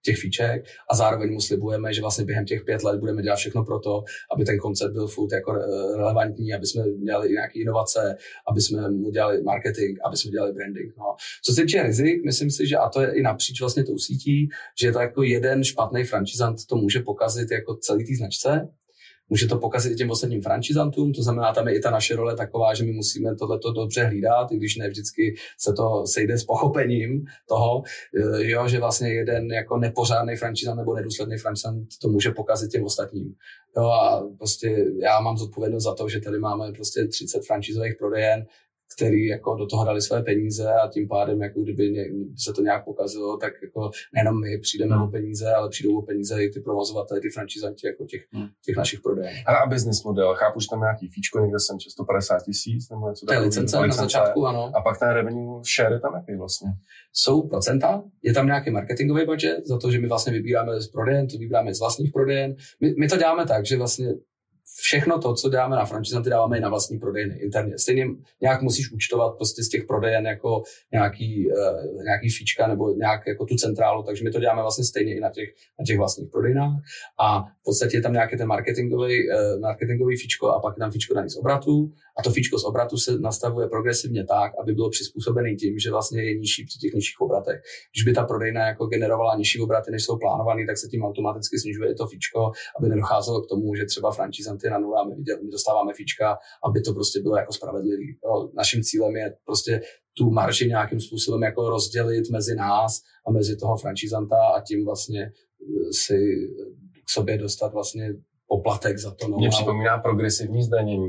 [SPEAKER 2] těch fíček a zároveň mu slibujeme, že vlastně během těch pět let budeme dělat všechno pro to, aby ten koncept byl furt jako relevantní, aby jsme dělali nějaké inovace, aby jsme mu dělali marketing, aby jsme dělali branding. No. Co se týče rizik, myslím si, že a to je i napříč vlastně tou sítí, že je to jako jeden špatný franchisant to může pokazit jako celý té značce. Může to pokazit i těm ostatním franchisantům, to znamená, tam je i ta naše role taková, že my musíme tohleto dobře hlídat, i když ne vždycky se to sejde s pochopením toho, jo, že vlastně jeden jako nepořádný franchisant nebo nedůsledný franchisant to může pokazit těm ostatním. Jo, a prostě já mám zodpovědnost za to, že tady máme prostě třicet franchisových prodejen, který jako do toho dali své peníze a tím pádem, jako kdyby se to nějak pokazilo, tak jako nejenom my přijdeme hmm. o peníze, ale přijdou o peníze i ty provozovatelé, ty franchisanti jako těch, hmm. těch našich prodejen.
[SPEAKER 1] A business model, chápu, že tam je nějaký fíčko, někde jsem sto padesát tisíc nebo něco
[SPEAKER 2] takového. To je licence na začátku, ano.
[SPEAKER 1] A pak ten revenue share je tam jaký vlastně?
[SPEAKER 2] Jsou procenta, je tam nějaký marketingový budget za to, že my vlastně vybíráme z prodejen, to vybíráme z vlastních prodejen. My, my to děláme tak, že vlastně všechno to, co dáme na franchisanty, dáváme i na vlastní prodejny interně. Stejně nějak musíš účtovat prostě z těch prodejen jako nějaký, uh, nějaký fíčka nebo nějak jako tu centrálu, takže my to děláme vlastně stejně i na těch, na těch vlastních prodejnách. A v podstatě je tam nějaký ten marketingový, uh, marketingový fíčko a pak je tam fíčko daný z obratu. A to fíčko z obratu se nastavuje progresivně tak, aby bylo přizpůsobený tím, že vlastně je nižší při těch nižších obratech. Když by ta prodejna jako generovala nižší obraty, než jsou plánovaný, tak se tím automaticky snižuje to fíčko, aby nedocházelo k tomu, že třeba franchisant na nula, my, my dostáváme fíčka, aby to prostě bylo jako spravedlivý. Jo, naším cílem je prostě tu marži nějakým způsobem jako rozdělit mezi nás a mezi toho franchisanta a tím vlastně si k sobě dostat vlastně poplatek za to.
[SPEAKER 1] Mně připomíná progresivní zdanění.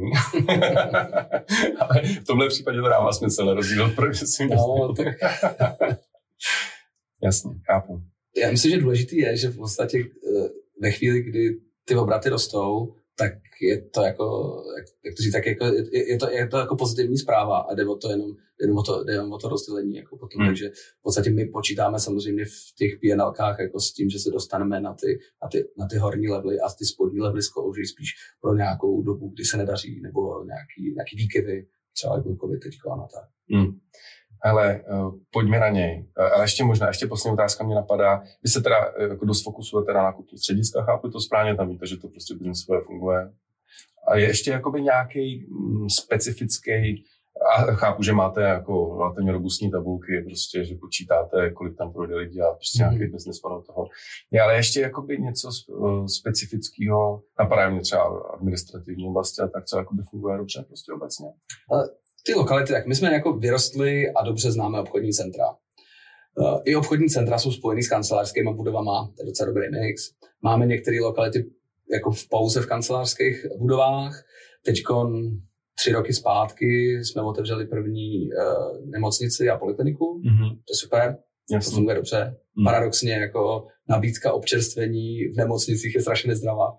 [SPEAKER 1] Ale v tomhle případě to dává smysl, rozdíl od progresivní
[SPEAKER 2] no,
[SPEAKER 1] zdanění. Tak... Jasně, chápu.
[SPEAKER 2] Já myslím, že důležitý je, že v podstatě ve chvíli, kdy ty obraty rostou, tak je to jako, jak to říct, tak jako, je, je, to, je to jako pozitivní zpráva a jde o to jenom, jenom o to, jde jenom o to rozdělení jako potom, hmm. takže v podstatě my počítáme samozřejmě v těch P and Lkách jako s tím, že se dostaneme na ty, na ty, na ty horní levely a ty spodní levely zkouří spíš pro nějakou dobu, kdy se nedaří, nebo nějaký, nějaký výkyvy, třeba jako covid teďko a tak.
[SPEAKER 1] Hmm. Hele, uh, pojďme na něj. Uh, ale ještě možná, ještě poslední otázka mě napadá. Vy se teda uh, jako dost fokusujete na nákupní střediska, chápu to správně, tam víte, že to prostě biznesové funguje. A je ještě jakoby nějaký mm, specifický, a chápu, že máte jako relativně robustní tabulky, prostě, že počítáte, kolik tam projde lidi a prostě mm-hmm. nějaký biznes do toho. Je, ale ještě jakoby něco uh, specifického, napadá mě třeba administrativní oblasti a tak, co jakoby funguje dobře prostě obecně.
[SPEAKER 2] Ale ty lokality, tak my jsme jako vyrostli a dobře známe obchodní centra. Uh, I obchodní centra jsou spojený s kancelářskými budovama, to je docela dobrý mix. Máme některé lokality jako v pouze v kancelářských budovách. Teďkon tři roky zpátky jsme otevřeli první uh, nemocnici a polikliniku. Mm-hmm. To je super, Jasně. to funguje dobře. Mm. Paradoxně jako nabídka občerstvení v nemocnicích je strašně nezdravá.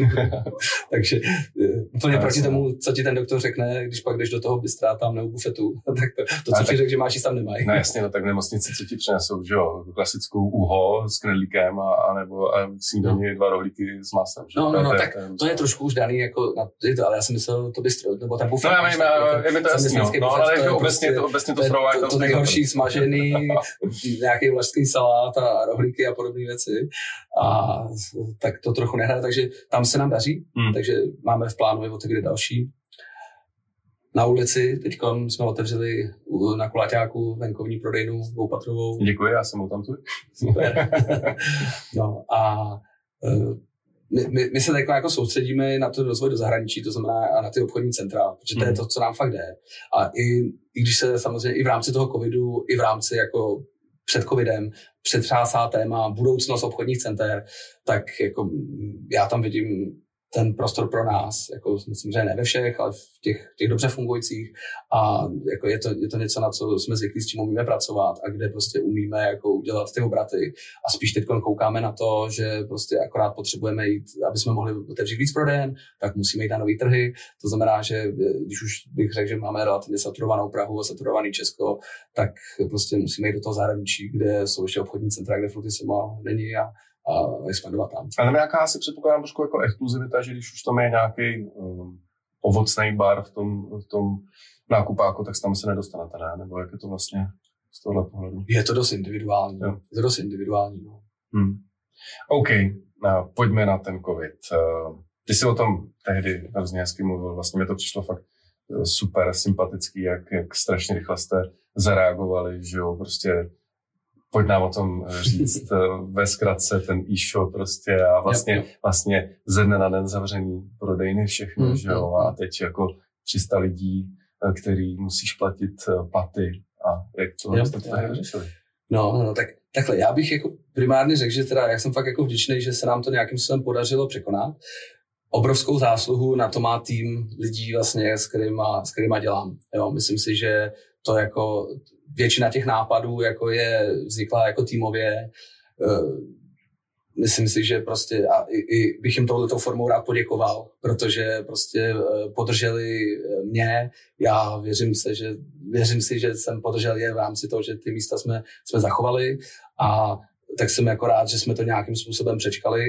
[SPEAKER 2] Takže úplně proti tomu, co ti ten doktor řekne, když pak jdeš do toho bystra tam nebo bufetu, tak to, to co ti řekl, že máš jíst, tam nemají.
[SPEAKER 1] No jasně, no tak v nemocnici, co ti přinesou, že jo, klasickou úho s knedlíkem a, a nebo a snídaní no. dva rohlíky s masem. Že?
[SPEAKER 2] No, no, no, tak to je trošku už daný, jako na to, ale já jsem myslel to bystro, nebo ten bufet.
[SPEAKER 1] No já vím, je mi to jasný, no, no ale to obecně to, obecně to stravování.
[SPEAKER 2] To, to nejhorší smažený, nějaký vlašský salát a rohlíky a podobné věci. A tak to trochu nehraje, takže tam se nám daří, hmm. takže máme v plánu otevřít další. Na ulici teďkon jsme otevřeli na Kulaťáku venkovní prodejnu dvoupatrovou.
[SPEAKER 1] Děkuji, já jsem tam tu.
[SPEAKER 2] Super. No a my, my, my se tak jako soustředíme na to rozvoj do zahraničí, to znamená a na ty obchodní centra, protože to je to, co nám fakt jde. A i, i když se samozřejmě i v rámci toho covidu, i v rámci jako před covidem přetřásá téma budoucnost obchodních center, tak jako já tam vidím ten prostor pro nás, jako samozřejmě ne ve všech, ale v těch, těch dobře fungujících a jako je, to, je to něco, na co jsme zvyklí, s čím umíme pracovat a kde prostě umíme jako udělat ty obraty a spíš teď koukáme na to, že prostě akorát potřebujeme jít, aby jsme mohli otevřít víc prodejen, tak musíme jít na nový trhy, to znamená, že když už bych řekl, že máme relativně saturovanou Prahu a saturovaný Česko, tak prostě musíme jít do toho zahraničí, kde jsou ještě obchodní centra, kde Flutissimo není a a expandovat tam.
[SPEAKER 1] A nebo nějaká si předpokládám trošku jako exkluzivita, že když už tam je nějaký um, ovocný bar v tom, v tom nákupáku, tak tam se nedostanete, ne? Nebo jak je to vlastně z tohohle pohledu?
[SPEAKER 2] Je to dost individuální. Jo. Je to dost individuální, no.
[SPEAKER 1] Hmm. OK, no, pojďme na ten covid. Ty jsi o tom tehdy hrozně hezky mluvil, vlastně mi to přišlo fakt super sympatický, jak, jak strašně rychle jste zareagovali, že jo, prostě pojď nám o tom říct ve zkratce ten e-shop prostě a vlastně, yep, yep. vlastně ze dne na den zavřený prodejny všechno, mm, že jo, a teď jako tři sta lidí, který musíš platit paty a jak to jste to řešili?
[SPEAKER 2] No, no, tak takhle, já bych jako primárně řekl, že teda, jak jsem fakt jako vděčný, že se nám to nějakým způsobem podařilo překonat. Obrovskou zásluhu na to má tým lidí vlastně, s kterýma, s kterýma dělám. Jo, myslím si, že to jako většina těch nápadů jako je vznikla jako týmově. Myslím si, že prostě a i, i bych jim touhletou formou rád poděkoval, protože prostě podrželi mě. Já věřím se, že věřím si, že jsem podržel je v rámci toho, že ty místa jsme, jsme zachovali a tak jsem jako rád, že jsme to nějakým způsobem přečkali.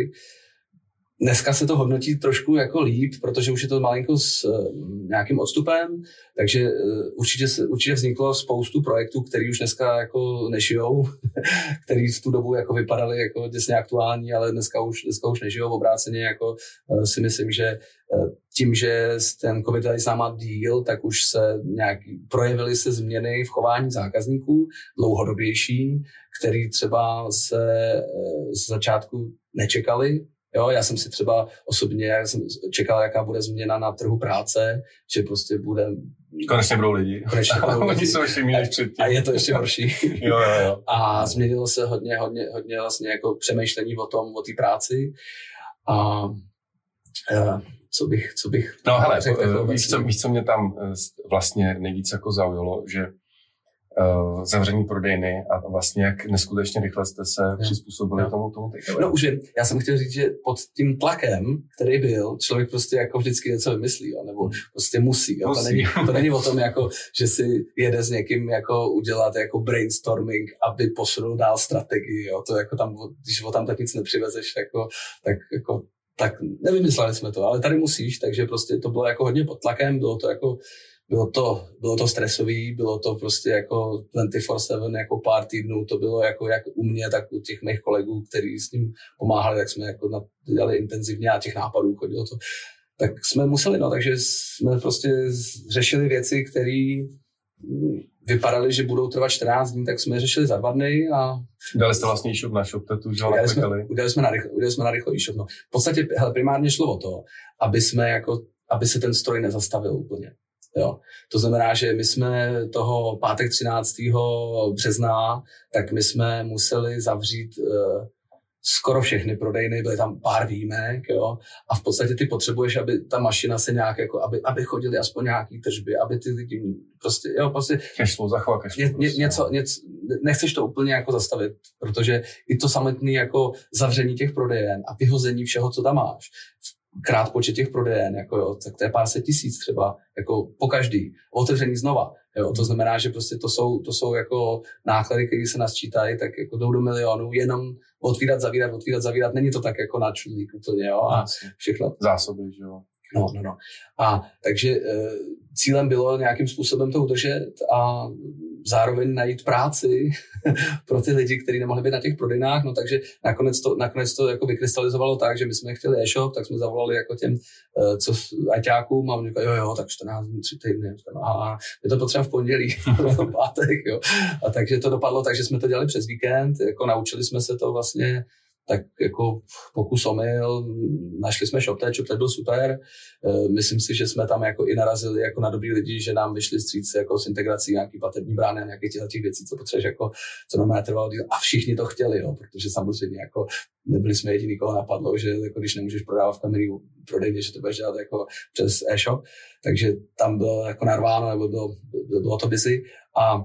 [SPEAKER 2] Dneska se to hodnotí trošku jako líp, protože už je to malinko s uh, nějakým odstupem, takže uh, určitě, určitě vzniklo spoustu projektů, který už dneska jako nežijou, který v tu dobu jako vypadaly jako děsně aktuální, ale dneska už, dneska už nežijou. Obráceně jako uh, si myslím, že uh, tím, že ten covid tady s náma díl, tak už se nějaký, projevily se změny v chování zákazníků dlouhodobější, který třeba se uh, z začátku nečekali. Jo, já jsem si třeba osobně já jsem čekal, jaká bude změna na trhu práce, že prostě bude...
[SPEAKER 1] Konečně budou lidi.
[SPEAKER 2] Konečně budou lidi.
[SPEAKER 1] jsou ještě méně než předtím.
[SPEAKER 2] A je to ještě horší.
[SPEAKER 1] jo, jo, jo.
[SPEAKER 2] A změnilo se hodně, hodně, hodně vlastně jako přemýšlení o tom, o té práci. A uh, co bych, co bych...
[SPEAKER 1] No hele, řekl, víš, co, víš, co mě tam vlastně nejvíc jako zaujalo, že Uh, zavření prodejny a vlastně jak neskutečně rychle jste se no. přizpůsobili no. tomu tomu takeaway.
[SPEAKER 2] No už vím, já jsem chtěl říct, že pod tím tlakem, který byl, člověk prostě jako vždycky něco vymyslí, jo, nebo prostě musí. Jo. musí. To, není, to není o tom, jako, že si jede s někým jako udělat jako brainstorming, aby posunul dál strategii. Jo. To jako tam, když o tam tak nic nepřivezeš, jako, tak jako tak nevymysleli jsme to, ale tady musíš, takže prostě to bylo jako hodně pod tlakem, bylo to jako Bylo to, bylo to stresový, bylo to prostě jako dvacet čtyři sedm, jako pár týdnů, to bylo jako jak u mě, tak u těch mých kolegů, kteří s tím pomáhali, tak jsme jako dělali intenzivně a těch nápadů chodilo to. Tak jsme museli, no, takže jsme prostě řešili věci, které vypadaly, že budou trvat čtrnáct dní, tak jsme řešili za dva dny a...
[SPEAKER 1] Dali jste vlastně e-shop na ShopTetu, že ho
[SPEAKER 2] naklikali? Udali jsme na rychlo, udali jsme na rychlo e-shop, no. V podstatě hele, primárně šlo o to, aby jsme jako, aby se ten stroj nezastavil úplně. Jo. To znamená, že my jsme toho pátek třináctého března, tak my jsme museli zavřít uh, skoro všechny prodejny, byly tam pár výjimek, jo, a v podstatě ty potřebuješ, aby ta mašina se nějak, jako, aby, aby chodily aspoň nějaký tržby, aby ty lidi prostě, jo, prostě...
[SPEAKER 1] Cashflow, zachovat cashflow.
[SPEAKER 2] Ně, ně, něco, něco, nechceš to úplně jako zastavit, protože i to samotné jako zavření těch prodejen a vyhození všeho, co tam máš, krát počet těch prodejen, jako jo, tak to je pár set tisíc třeba, jako po každý, otevření znova, jo, to znamená, že prostě to jsou, to jsou jako náklady, které se nasčítají, tak jako jdou do milionů, jenom otvírat, zavírat, otvírat, zavírat, není to tak jako na čudlík úplně, jo, a všechno.
[SPEAKER 1] Zásoby, že jo.
[SPEAKER 2] No, no, no. A takže e, cílem bylo nějakým způsobem to udržet a zároveň najít práci pro ty lidi, kteří nemohli být na těch prodejnách, no takže nakonec to, nakonec to jako vykrystalizovalo tak, že my jsme chtěli e-shop, tak jsme zavolali jako těm, co ajťákům a oni říkali, jo, jo, tak čtrnáct dní, tři týdny, a my to potřebujeme v pondělí, v pátek, jo. A takže to dopadlo tak, že jsme to dělali přes víkend, jako naučili jsme se to vlastně tak jako pokus omyl, našli jsme ShopTet, ShopTet byl super, myslím si, že jsme tam jako i narazili jako na dobrý lidi, že nám vyšli vstříc jako s integrací nějaký platební brány a nějakých těch věcí, co potřebuješ, jako, co normálně trvalo, a všichni to chtěli, jo, protože samozřejmě jako nebyli jsme jediný, koho napadlo, že jako když nemůžeš prodávat v kamery prodejně, že to budeš dělat jako přes e-shop, takže tam bylo jako narváno, nebo bylo, bylo to busy a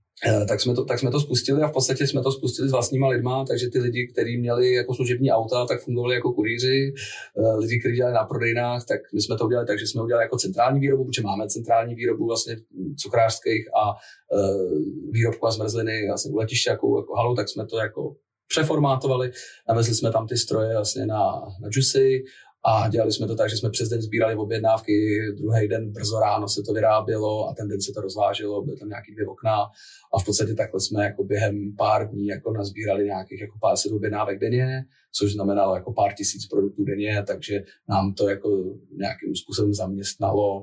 [SPEAKER 2] Tak jsme, to, tak jsme to spustili a v podstatě jsme to spustili s vlastníma lidma, takže ty lidi, kteří měli jako služební auta, tak fungovali jako kurýři. Lidi, kteří dělali na prodejnách, tak my jsme to udělali tak, že jsme udělali jako centrální výrobu, protože máme centrální výrobu vlastně cukrářských a uh, výrobku a zmrzliny vlastně u letiště jako, jako halu, tak jsme to jako přeformátovali, navezli jsme tam ty stroje vlastně na, na džusy A dělali jsme to tak, že jsme přes den sbírali objednávky, druhý den brzo ráno se to vyrábělo a ten den se to rozváželo, byly tam nějaký dvě okna a v podstatě takhle jsme jako během pár dní jako nazbírali nějakých jako pár set objednávek denně, což znamenalo jako pár tisíc produktů denně, takže nám to jako nějakým způsobem zaměstnalo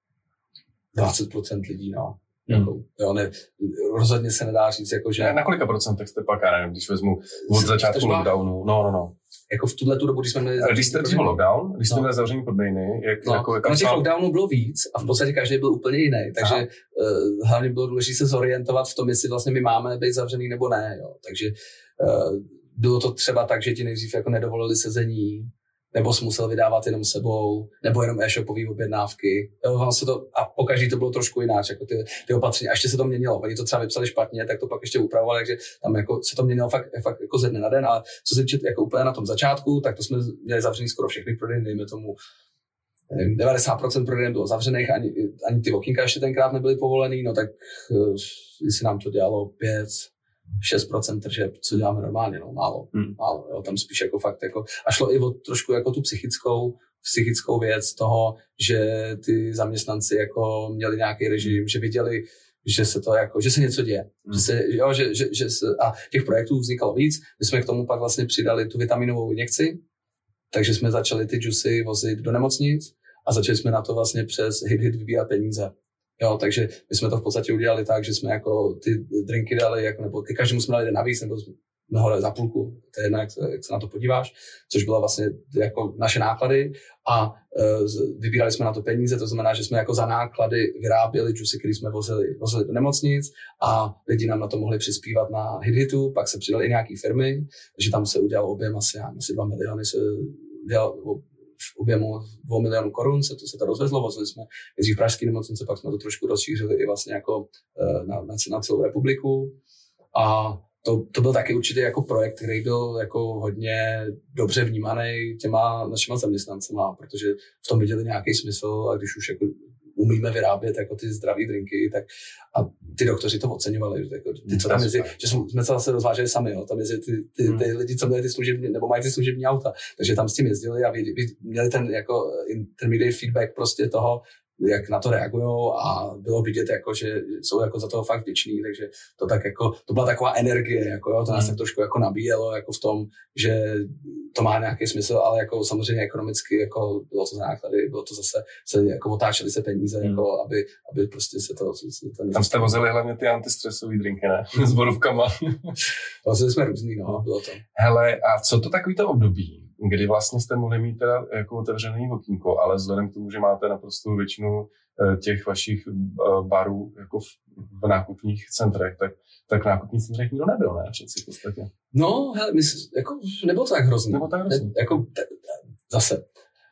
[SPEAKER 2] dvacet procent lidí, no.
[SPEAKER 1] Hmm.
[SPEAKER 2] Jako, jo, ne, rozhodně se nedá říct, jako, že...
[SPEAKER 1] Ne, na kolika procentech jste pak, já nevím, když vezmu od začátku lockdownu, no, no, no.
[SPEAKER 2] Jako v tuhle tu dobu, když jsme měli...
[SPEAKER 1] Když jste dřív lockdown, když jste no. měli zavřený prodejny, jak...
[SPEAKER 2] No,
[SPEAKER 1] jako, jak
[SPEAKER 2] na těch
[SPEAKER 1] stál...
[SPEAKER 2] lockdownů bylo víc a v podstatě každý byl úplně jiný, takže uh, hlavně bylo důležité se zorientovat v tom, jestli vlastně my máme být zavřený nebo ne, jo. Takže uh, bylo to třeba tak, že ti nejdřív jako nedovolili sezení, nebo jsi musel vydávat jenom sebou, nebo jenom e-shopové objednávky. Jo, se to, a pokaždý to bylo trošku jináč, jako ty, ty opatření. A ještě se to měnilo. Oni to třeba vypsali špatně, tak to pak ještě upravovali, takže tam jako se to měnilo fakt, fakt jako ze dne na den. Ale co se týče jako úplně na tom začátku, tak to jsme měli zavřený skoro všechny prodejny, dejme tomu nevím, devadesát procent prodejn bylo zavřených, ani, ani ty okýnka ještě tenkrát nebyly povolený, no tak jestli nám to dělalo pět šest procent tržeb, co děláme normálně, no málo, hmm. málo, jo, tam spíš jako fakt jako, a šlo i o trošku jako tu psychickou, psychickou věc toho, že ty zaměstnanci jako měli nějaký režim, že viděli, že se to jako, že se něco děje, hmm. že se, jo, že, že, že se, a těch projektů vznikalo víc, my jsme k tomu pak vlastně přidali tu vitaminovou injekci, takže jsme začali ty džusy vozit do nemocnic a začali jsme na to vlastně přes Hit Hit vybírat peníze. Jo, takže my jsme to v podstatě udělali tak, že jsme jako ty drinky dali, jako, nebo ke každému jsme dali jeden navíc, nebo jsme ho dali za půlku, to je jedno, jak se, jak se na to podíváš, což byla vlastně jako naše náklady a e, vybírali jsme na to peníze, to znamená, že jsme jako za náklady vyráběli džusy, které jsme vozili, vozili do nemocnic a lidi nám na to mohli přispívat na Hit Hitu, pak se přidali i nějaký firmy, takže tam se udělal objem asi, asi dva miliony se udělal v objemu dvou milionů korun se to, se to rozvezlo, vozili jsme nejdřív pražské nemocnice, pak jsme to trošku rozšířili i vlastně jako na, na, na celou republiku a to, to byl taky určitě jako projekt, který byl jako hodně dobře vnímaný těma našima zaměstnancema, protože v tom viděli nějaký smysl a když už jako umíme vyrábět jako ty zdraví drinky, tak a ty doktoři to oceňovali, jako ty, co tam jezdí, že jsme se zase rozváželi sami, jo, tam jezdí ty, ty, ty, ty lidi, co měli ty služební, nebo mají ty služební auta, takže tam s tím jezdili a měli ten jako intermediate feedback prostě toho, jak na to regujou a bylo vidět, jako, že jsou jako za toho fakt vděční, takže to tak jako, to byla taková energie, jako, jo, to nás tak trošku jako nabíjelo jako v tom, že to má nějaký smysl, ale jako samozřejmě ekonomicky jako bylo to za náklady, bylo to zase, se jako otáčely se peníze, hmm. jako, aby, aby prostě se to... Se to
[SPEAKER 1] tam jste vozili hlavně ty antistresový drinky, ne? S borůvkama.
[SPEAKER 2] Vozili jsme různý, no, bylo to.
[SPEAKER 1] Hele, a co to takový to období, kdy vlastně jste mohli mít teda jako otevřený okýnko, ale vzhledem k tomu, že máte naprosto většinu těch vašich barů jako v, v nákupních centrech, tak, tak v nákupních centrech nikdo nebyl, ne? Přeci v podstatě.
[SPEAKER 2] No, hele, my, jako, nebylo to tak hrozný.
[SPEAKER 1] Nebylo tak hrozný.
[SPEAKER 2] Ne, jako, t, zase,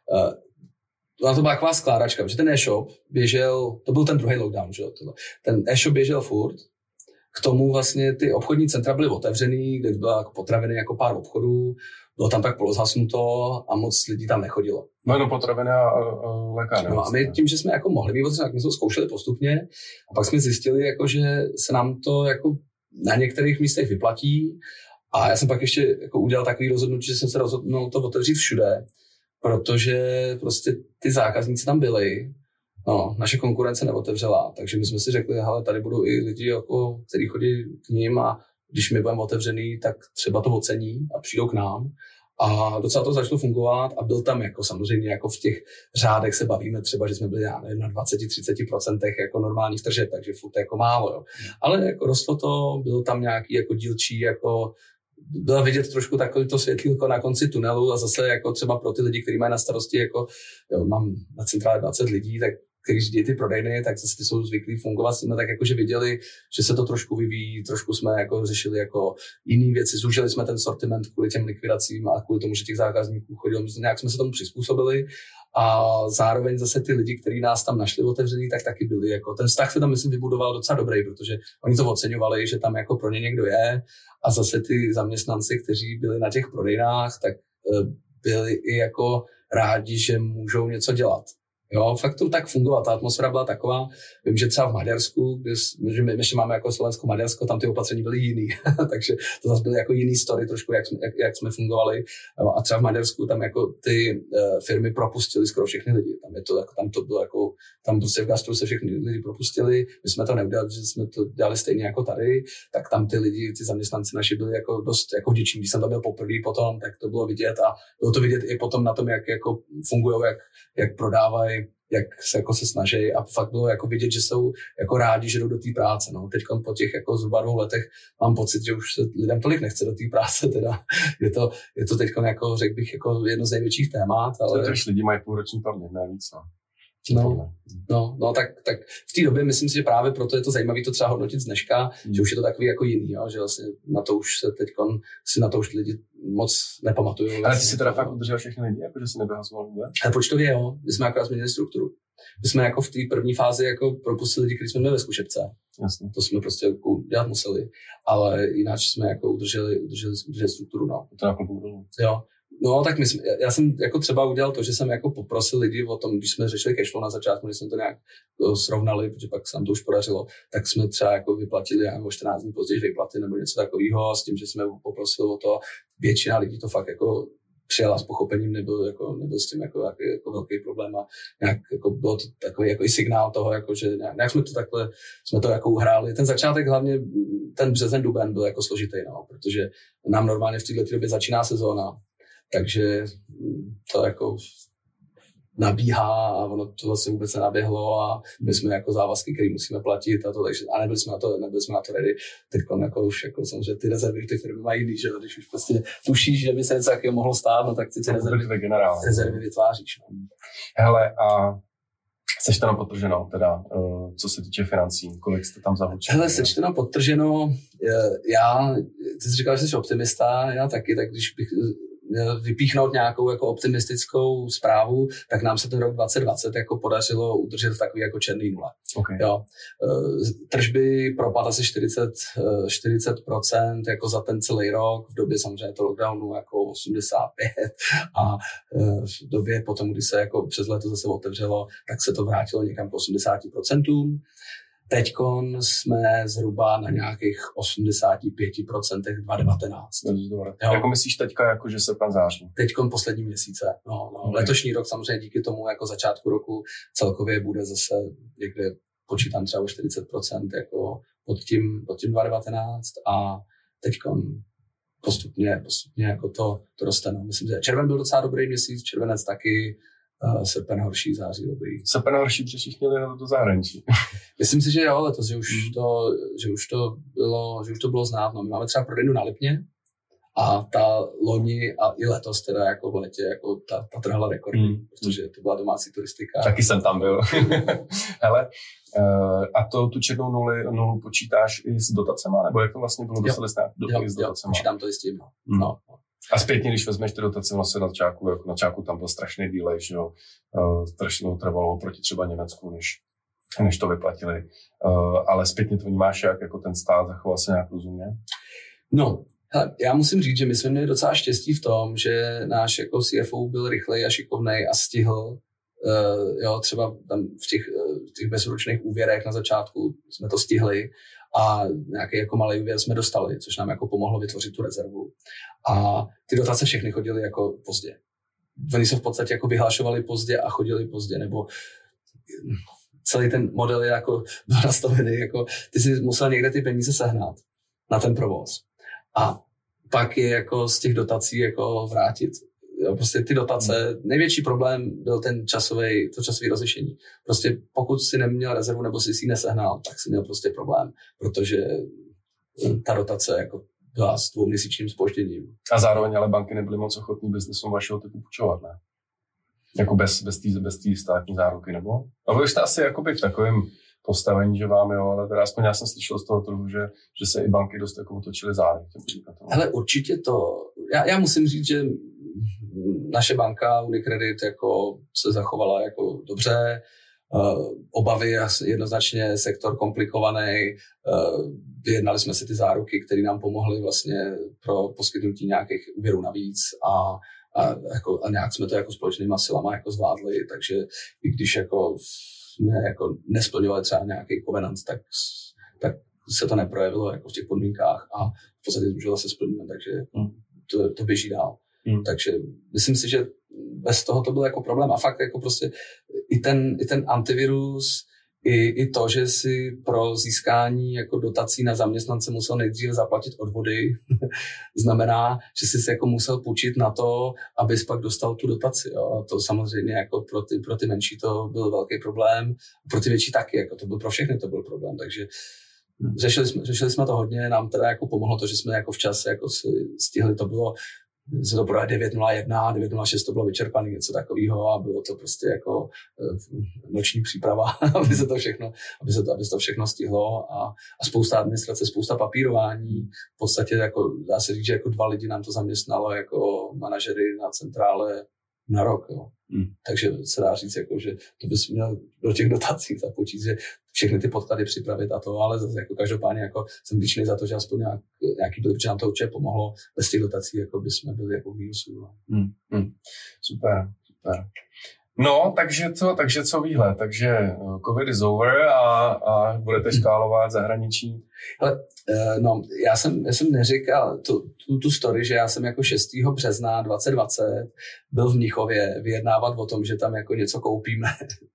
[SPEAKER 2] uh, to byla taková skládačka, že ten e-shop běžel, to byl ten druhý lockdown, že jo, tohle. Ten e-shop běžel furt, k tomu vlastně ty obchodní centra byly otevřený, kde byla jako potraviny jako pár obchodů, bylo tam tak polozhasnuto a moc lidí tam nechodilo.
[SPEAKER 1] No jenom potraviny a, a lékárny.
[SPEAKER 2] No a my tím, že jsme jako mohli mít otevřené, tak my jsme to zkoušeli postupně a pak jsme zjistili, jako, že se nám to jako na některých místech vyplatí a já jsem pak ještě jako udělal takový rozhodnutí, že jsem se rozhodnul to otevřít všude, protože prostě ty zákazníci tam byli. No, naše konkurence neotevřela, takže my jsme si řekli, hele, tady budou i lidi, jako, kteří chodí k ním a když my budeme otevřený, tak třeba to ocení a přijdou k nám. A docela to začalo fungovat a byl tam jako samozřejmě jako v těch řádech se bavíme třeba, že jsme byli já nevím, na dvacet až třicet procent jako normálních tržeb, takže furt jako málo. Jo. Ale jako rostlo to, bylo tam nějaký jako dílčí, jako bylo vidět trošku takový to světlíko na konci tunelu a zase jako třeba pro ty lidi, kteří mají na starosti, jako jo, mám na centrále dvacet lidí, tak když dějí ty prodejny, tak zase ty jsou zvyklí fungovat s tím, tak jakože viděli, že se to trošku vyvíjí, trošku jsme jako řešili jako jiné věci, zúžili jsme ten sortiment kvůli těm likvidacím a kvůli tomu, že těch zákazníků chodilo, nějak jsme se tomu přizpůsobili a zároveň zase ty lidi, kteří nás tam našli otevřený, tak taky byli jako, ten vztah se tam myslím vybudoval docela dobrý, protože oni to oceňovali, že tam jako pro ně někdo je a zase ty zaměstnanci, kteří byli na těch prodejnách, tak byli i jako rádi, že můžou něco dělat. Jo, fakt to tak fungovalo, ta atmosféra byla taková, vím, že třeba v Maďarsku, kde my ještě máme jako Slovensko, Maďarsko, tam ty opatření byly jiný, takže to zase byly jako jiný story trošku, jak jsme, jak, jak jsme fungovali a třeba v Maďarsku tam jako ty uh, firmy propustili skoro všechny lidi, tam je to jako, tam to bylo jako, tam prostě v gastru se všechny lidi propustili, my jsme to neudělali, že jsme to dělali stejně jako tady, tak tam ty lidi, ty zaměstnanci naši byli jako dost jako vděční, když jsem tam byl poprvé potom, tak to bylo vidět a bylo to vidět i potom na tom, jak jako fungují, jak, jak prodávají, jak se jako se snaží a fakt bylo jako vidět, že jsou jako rádi, že jdou do té práce. No. Teď po těch jako zhruba dvou letech mám pocit, že už se lidem tolik nechce do té práce. Teda. Je to, je to teď jako, řekl bych, jako jedno z největších témat. Ale...
[SPEAKER 1] To lidi mají půlroční paměť, ne víc. No.
[SPEAKER 2] No, no, no tak, tak v té době myslím si, že právě proto je to zajímavé to třeba hodnotit z dneška, mm. že už je to takový jako jiný, jo, že vlastně na to už se teďkon si na to už lidi moc nepamatují.
[SPEAKER 1] Ale
[SPEAKER 2] vlastně,
[SPEAKER 1] ty si teda fakt udržel všechny lidi, jako že si nevyhazoval vůbec?
[SPEAKER 2] Ale počtově jo, my jsme akorát změnili strukturu. My jsme jako v té první fázi jako propustili lidi, kteří jsme měli ve zkušebce.
[SPEAKER 1] Jasně.
[SPEAKER 2] To jsme prostě jako dělat museli, ale jinak jsme jako udrželi, udrželi, udrželi strukturu, no.
[SPEAKER 1] To na klubu dolů.
[SPEAKER 2] Jo. No, tak my jsme, já jsem jako třeba udělal to, že jsem jako poprosil lidi o tom, když jsme řešili cashflow na začátku, když jsme to nějak srovnali, protože pak se nám to už podařilo, tak jsme třeba jako vyplatili o čtrnáct dní později vyplaty nebo něco takového, s tím, že jsme poprosili o to. Většina lidí to fakt jako přijala s pochopením, nebyl, jako, nebyl s tím jako, jako, jako velký problém a nějak jako bylo to takový jako i signál toho, jako, že nějak, nějak jsme to takhle, jsme to jako uhráli. Ten začátek hlavně, ten březen, duben byl jako složitý, no, protože nám normálně v této době začíná sezóna. Takže to jako nabíhá a ono to vlastně vůbec nenaběhlo a my jsme jako závazky, které musíme platit a to, takže, a nebyli jsme na to, nebyli jsme na to ready. Teďko jako už jako samozřejmě ty rezervy, ty firmy mají jiný, že když už prostě tušíš, že by se něco takového mohlo stát, no tak ty ty rezervy, rezervy vytváříš. No.
[SPEAKER 1] Hele, a sečteno podtrženo, teda, co se týče financí, kolik jste tam zahučili?
[SPEAKER 2] Hele, sečteno podtrženo, já, ty jsi říkal, že jsi optimista, já taky, tak když bych vypíchnout nějakou jako optimistickou zprávu, tak nám se ten rok dvacet dvacet jako podařilo udržet v takový jako černý nule.
[SPEAKER 1] Okay.
[SPEAKER 2] Jo. Tržby propad asi čtyřicet procent jako za ten celý rok, v době samozřejmě to lockdownu jako osmdesát pět a v době potom, kdy se jako přes léto zase otevřelo, tak se to vrátilo někam k osmdesát procent. Teďkon jsme zhruba na nějakých osmdesát pět procent dva devatenáct.
[SPEAKER 1] Jako myslíš teďka, jako že srpen září?
[SPEAKER 2] Teďkon poslední měsíce. No, no. Okay. Letošní rok samozřejmě díky tomu jako začátku roku celkově bude zase někde, počítám třeba o čtyřicet procent jako pod tím, pod tím dva devatenáct a teďkon postupně, postupně jako to, to roste. No. Myslím, že červen byl docela dobrý měsíc, červenec taky, Uh, srpen horší, září dobrý.
[SPEAKER 1] Srpen horší, protože všichni jeli do zahraničí.
[SPEAKER 2] Myslím si, že jo, letos, že už to, že už to bylo, že už to bylo znát. No, my máme třeba prodejnu na Lipně a ta loni a i letos teda jako v létě, jako ta, ta trhla rekordy, hmm. protože to byla domácí turistika.
[SPEAKER 1] Taky jsem tam byl. Hele, uh, a to tu černou nuli, nulu počítáš i s dotacema, nebo jak to vlastně bylo? Dostali jste do s dotacema?
[SPEAKER 2] Počítám to i s tím, no.
[SPEAKER 1] Hmm.
[SPEAKER 2] no.
[SPEAKER 1] A zpětně, když vezmeš ty dotace vlastně na začátku, jako na začátku tam byl strašný delay, že jo, uh, strašně trvalo proti třeba Německu, než, než to vyplatili. Uh, ale zpětně to vnímáš, jak jako ten stát zachoval se nějak rozumně?
[SPEAKER 2] No, hele, já musím říct, že my jsme měli docela štěstí v tom, že náš jako C F O byl rychlej a šikovnej a stihl, uh, jo, třeba tam v těch, v těch bezúročných úvěrech na začátku jsme to stihli a nějaký jako malý úvěr jsme dostali, což nám jako pomohlo vytvořit tu rezervu. A ty dotace všechny chodily jako pozdě. Oni se v podstatě jako vyhlašovali pozdě a chodili pozdě, nebo celý ten model je jako byl nastavený, jako ty si musel někde ty peníze sehnat na ten provoz. A pak je jako z těch dotací jako vrátit. Jo, prostě ty dotace, největší problém byl ten časový, to časové rozlišení. Prostě pokud si neměl rezervu nebo si ji nesehnal, tak si měl prostě problém, protože ta dotace jako byla s dvouměsíčním zpožděním.
[SPEAKER 1] A zároveň ale banky nebyly moc ochotní biznesům vašeho typu půjčovat, ne? Jako bez, bez té bez té státní záruky, nebo? Ale vy jste asi jakoby v takovém postavení, že vám jo, ale teda aspoň já jsem slyšel z toho trhu, že, že se i banky dost jako otočily zády.
[SPEAKER 2] Hele, určitě to, já, já musím říct, že naše banka Unicredit jako se zachovala jako dobře, uh, obavy jednoznačně sektor komplikovaný, uh, vyjednali jsme si ty záruky, které nám pomohly vlastně pro poskytnutí nějakých úvěrů navíc a a, jako, a nějak jsme to jako společnýma silama jako zvládli, takže i když jako jsme jako nesplňovali třeba nějaký covenant, tak, tak se to neprojevilo jako v těch podmínkách a v podstatě už zase splníme, takže to, to běží dál. Hmm. Takže myslím si, že bez toho to byl jako problém a fakt jako prostě i ten, i ten antivirus, i, i to, že si pro získání jako dotací na zaměstnance musel nejdříve zaplatit odvody, znamená, že jsi se jako musel půjčit na to, abys pak dostal tu dotaci. Jo. A to samozřejmě jako pro ty, pro ty menší to byl velký problém, pro ty větší taky, jako to byl pro všechny to byl problém, takže řešili jsme, řešili jsme to hodně, nám teda jako pomohlo to, že jsme jako včas jako si stihli, to bylo se to bylo devět nula jedna, devět nula šest to bylo vyčerpané, něco takového a bylo to prostě jako noční příprava, aby se to všechno, aby se to, aby se to všechno stihlo a, a spousta administrace, spousta papírování, v podstatě jako dá se říct, že jako dva lidi nám to zaměstnalo jako manažery na centrále na rok, jo. Hmm. Takže se dá říct, jako, že to bys měl do těch dotací započít, že všechny ty podklady připravit a to, ale zase jako každopádně jako jsem vděčný za to, že aspoň nějak, nějaký byl, protože nám to určitě pomohlo. Bez těch dotací jako by jsme byli jako v mínusu. No.
[SPEAKER 1] Hmm. Hmm. Super, super. No, takže co, takže co výhled? Takže COVID is over a, a budete škálovat zahraničí?
[SPEAKER 2] Ale, no, já jsem, já jsem neříkal tu, tu, tu story, že já jsem jako šestého března dvacet dvacet byl v Mnichově vyjednávat o tom, že tam jako něco koupíme.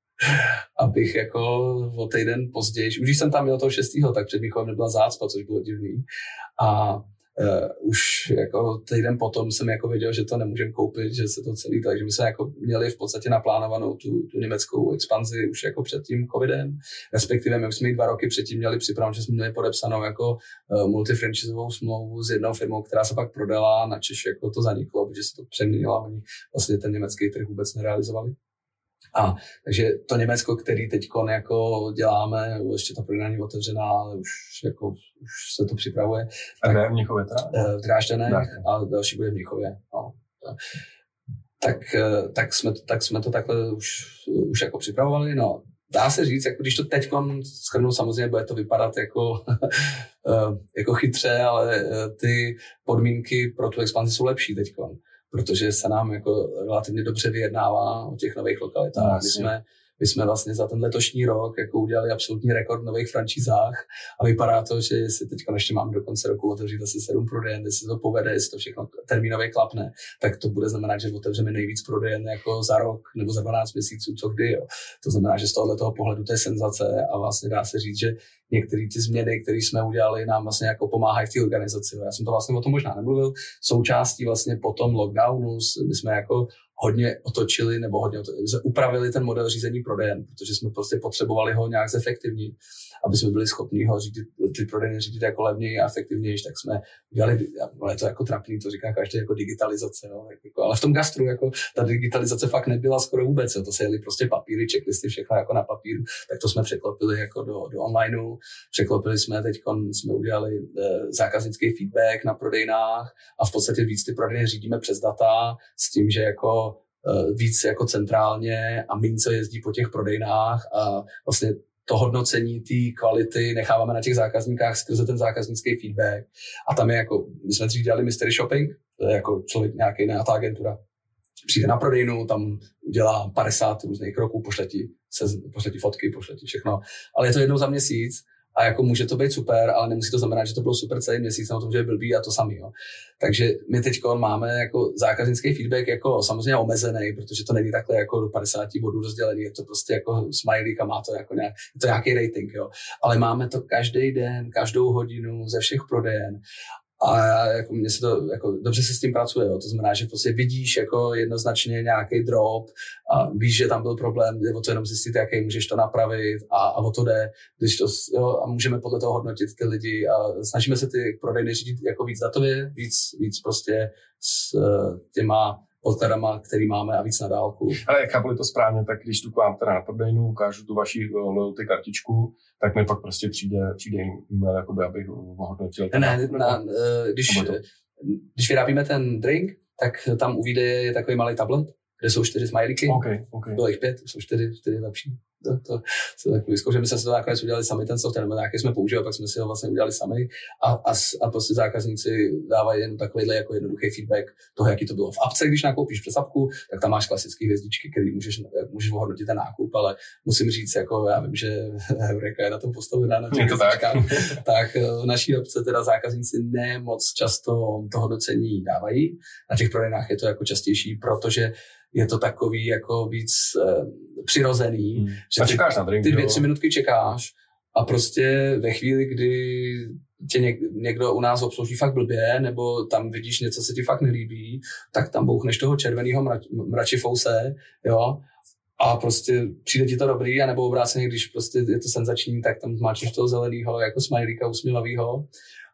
[SPEAKER 2] Abych jako o týden později, už když jsem tam měl toho šestého tak před Mnichovem nebyla zácpa, což bylo divný. A Uh, už jako týden potom jsem jako věděl, že to nemůžeme koupit, že se to celý, takže my jsme jako měli v podstatě naplánovanou tu, tu německou expanzi už jako před tím covidem, respektive my už jsme ji dva roky předtím měli připravenou, že jsme měli podepsanou jako uh, multifranchisovou smlouvu s jednou firmou, která se pak prodala, načež jako to zaniklo, protože se to přeměnilo a oni vlastně ten německý trh vůbec nerealizovali. A takže to Německo, který teďkon jako děláme, ještě ta prodejna je otevřená, ale už jako už se to připravuje.
[SPEAKER 1] A kde je v Mnichově teda?
[SPEAKER 2] V Drážďanech a další bude v Mnichově. No. Tak, tak, jsme, tak jsme to takhle už, už jako připravovali. No, dá se říct, jako když to teďkon shrnu, samozřejmě bude to vypadat jako, jako chytře, ale ty podmínky pro tu expanzi jsou lepší teďkon. Protože se nám jako relativně dobře vyjednává o těch nových lokalitách. No, my, jsme, my jsme vlastně za ten letošní rok jako udělali absolutní rekord v nových franšízách a vypadá to, že jestli teď ještě máme do konce roku otevřít asi sedm prodejen, jestli to povede, jestli to všechno termínově klapne, tak to bude znamenat, že otevřeme nejvíc prodejen jako za rok nebo za dvanáct měsíců, co kdy. Jo. To znamená, že z tohoto pohledu to je senzace a vlastně dá se říct, že některé ty změny, které jsme udělali, nám vlastně jako pomáhají v té organizaci. Já jsem to vlastně o tom možná nemluvil. Součástí vlastně po tom lockdownu my jsme jako hodně otočili nebo hodně otočili, upravili ten model řízení prodejen, protože jsme prostě potřebovali ho nějak zefektivnit, aby jsme byli schopni ho řídit, ty prodejny řídit jako levněji a efektivnější, tak jsme udělali, ale je to jako trapný, to říká každý jako digitalizace, jo, jako, ale v tom gastru jako ta digitalizace fakt nebyla skoro vůbec, jo, to se jeli prostě papíry, checklisty, všechno jako na papíru, tak to jsme překlopili jako do, do onlineu, překlopili jsme, teď jsme udělali e, zákaznický feedback na prodejnách a v podstatě víc ty prodejny řídíme přes data s tím, že jako e, víc jako centrálně a méně co jezdí po těch prodejnách a vlastně to hodnocení té kvality necháváme na těch zákazníkách skrze ten zákaznický feedback. A tam je jako, my jsme dřív dělali mystery shopping, to je jako člověk nějaký, nějaká ta agentura, přijde na prodejnu, tam udělá padesát různých kroků, pošle ti, se, pošle ti fotky, pošle ti všechno. Ale je to jednou za měsíc a jako může to být super, ale nemusí to znamenat, že to bylo super celý měsíc, nebo to může být blbý a to samý. Jo. Takže my teďko máme jako zákaznický feedback jako samozřejmě omezený, protože to není takhle jako do padesáti bodů rozdělený, je to prostě jako smajlík a má to jako nějak, je to nějaký rating, jo. Ale máme to každý den, každou hodinu ze všech prodejen. A jako mně se to, jako, dobře se s tím pracuje, jo. To znamená, že prostě vidíš jako jednoznačně nějaký drop a víš, že tam byl problém, jde o to jenom zjistit, jaký můžeš to napravit a, a o to jde, když to, jo, a můžeme podle toho hodnotit ty lidi a snažíme se ty prodejny řídit jako víc datově, víc, víc prostě s těma podkladama, který máme a víc na dálku.
[SPEAKER 1] Ale jak chápu to správně, tak když tu k vám teda na prodejnu, ukážu tu vaši loyalty kartičku, tak mi pak prostě přijde, přijde e-mail, jakoby, abych ohodnotil.
[SPEAKER 2] Ne, ne, na, když, když vyrábíme ten drink, tak tam uvíde je takový malý tablet, kde jsou čtyři smajlíky.
[SPEAKER 1] Okay, okay.
[SPEAKER 2] Bylo jich pět, jsou čtyři, čtyři lepší. to, to, to takový zkoušel. My jsme si to nakonec udělali sami ten software, nebo nějaký jsme použili, pak jsme si ho vlastně udělali sami a, a, a prostě zákazníci dávají jen takovýhle jako jednoduchý feedback toho, jaký to bylo. V apce, když nakoupíš přes apku, tak tam máš klasické hvězdičky, který můžeš, můžeš ohodnotit ten nákup, ale musím říct, jako já vím, že Eureka je na tom postavená na těch hvězdičkách, tak v naší obce teda zákazníci ne moc často to hodnocení dávají. Na těch prodejnách je to jako častější, protože je to takový jako víc uh, přirozený, hmm. že
[SPEAKER 1] a čekáš na drink,
[SPEAKER 2] ty dvě, tři minutky čekáš a prostě ve chvíli, kdy tě něk, někdo u nás obslouží fakt blbě, nebo tam vidíš něco, se ti fakt nelíbí, tak tam bouchneš toho červeného mrač, mračifouse, jo, a prostě přijde ti to dobrý, anebo obráceně, když prostě je to senzační, tak tam máčeš toho zeleného jako smajlíka usměvavýho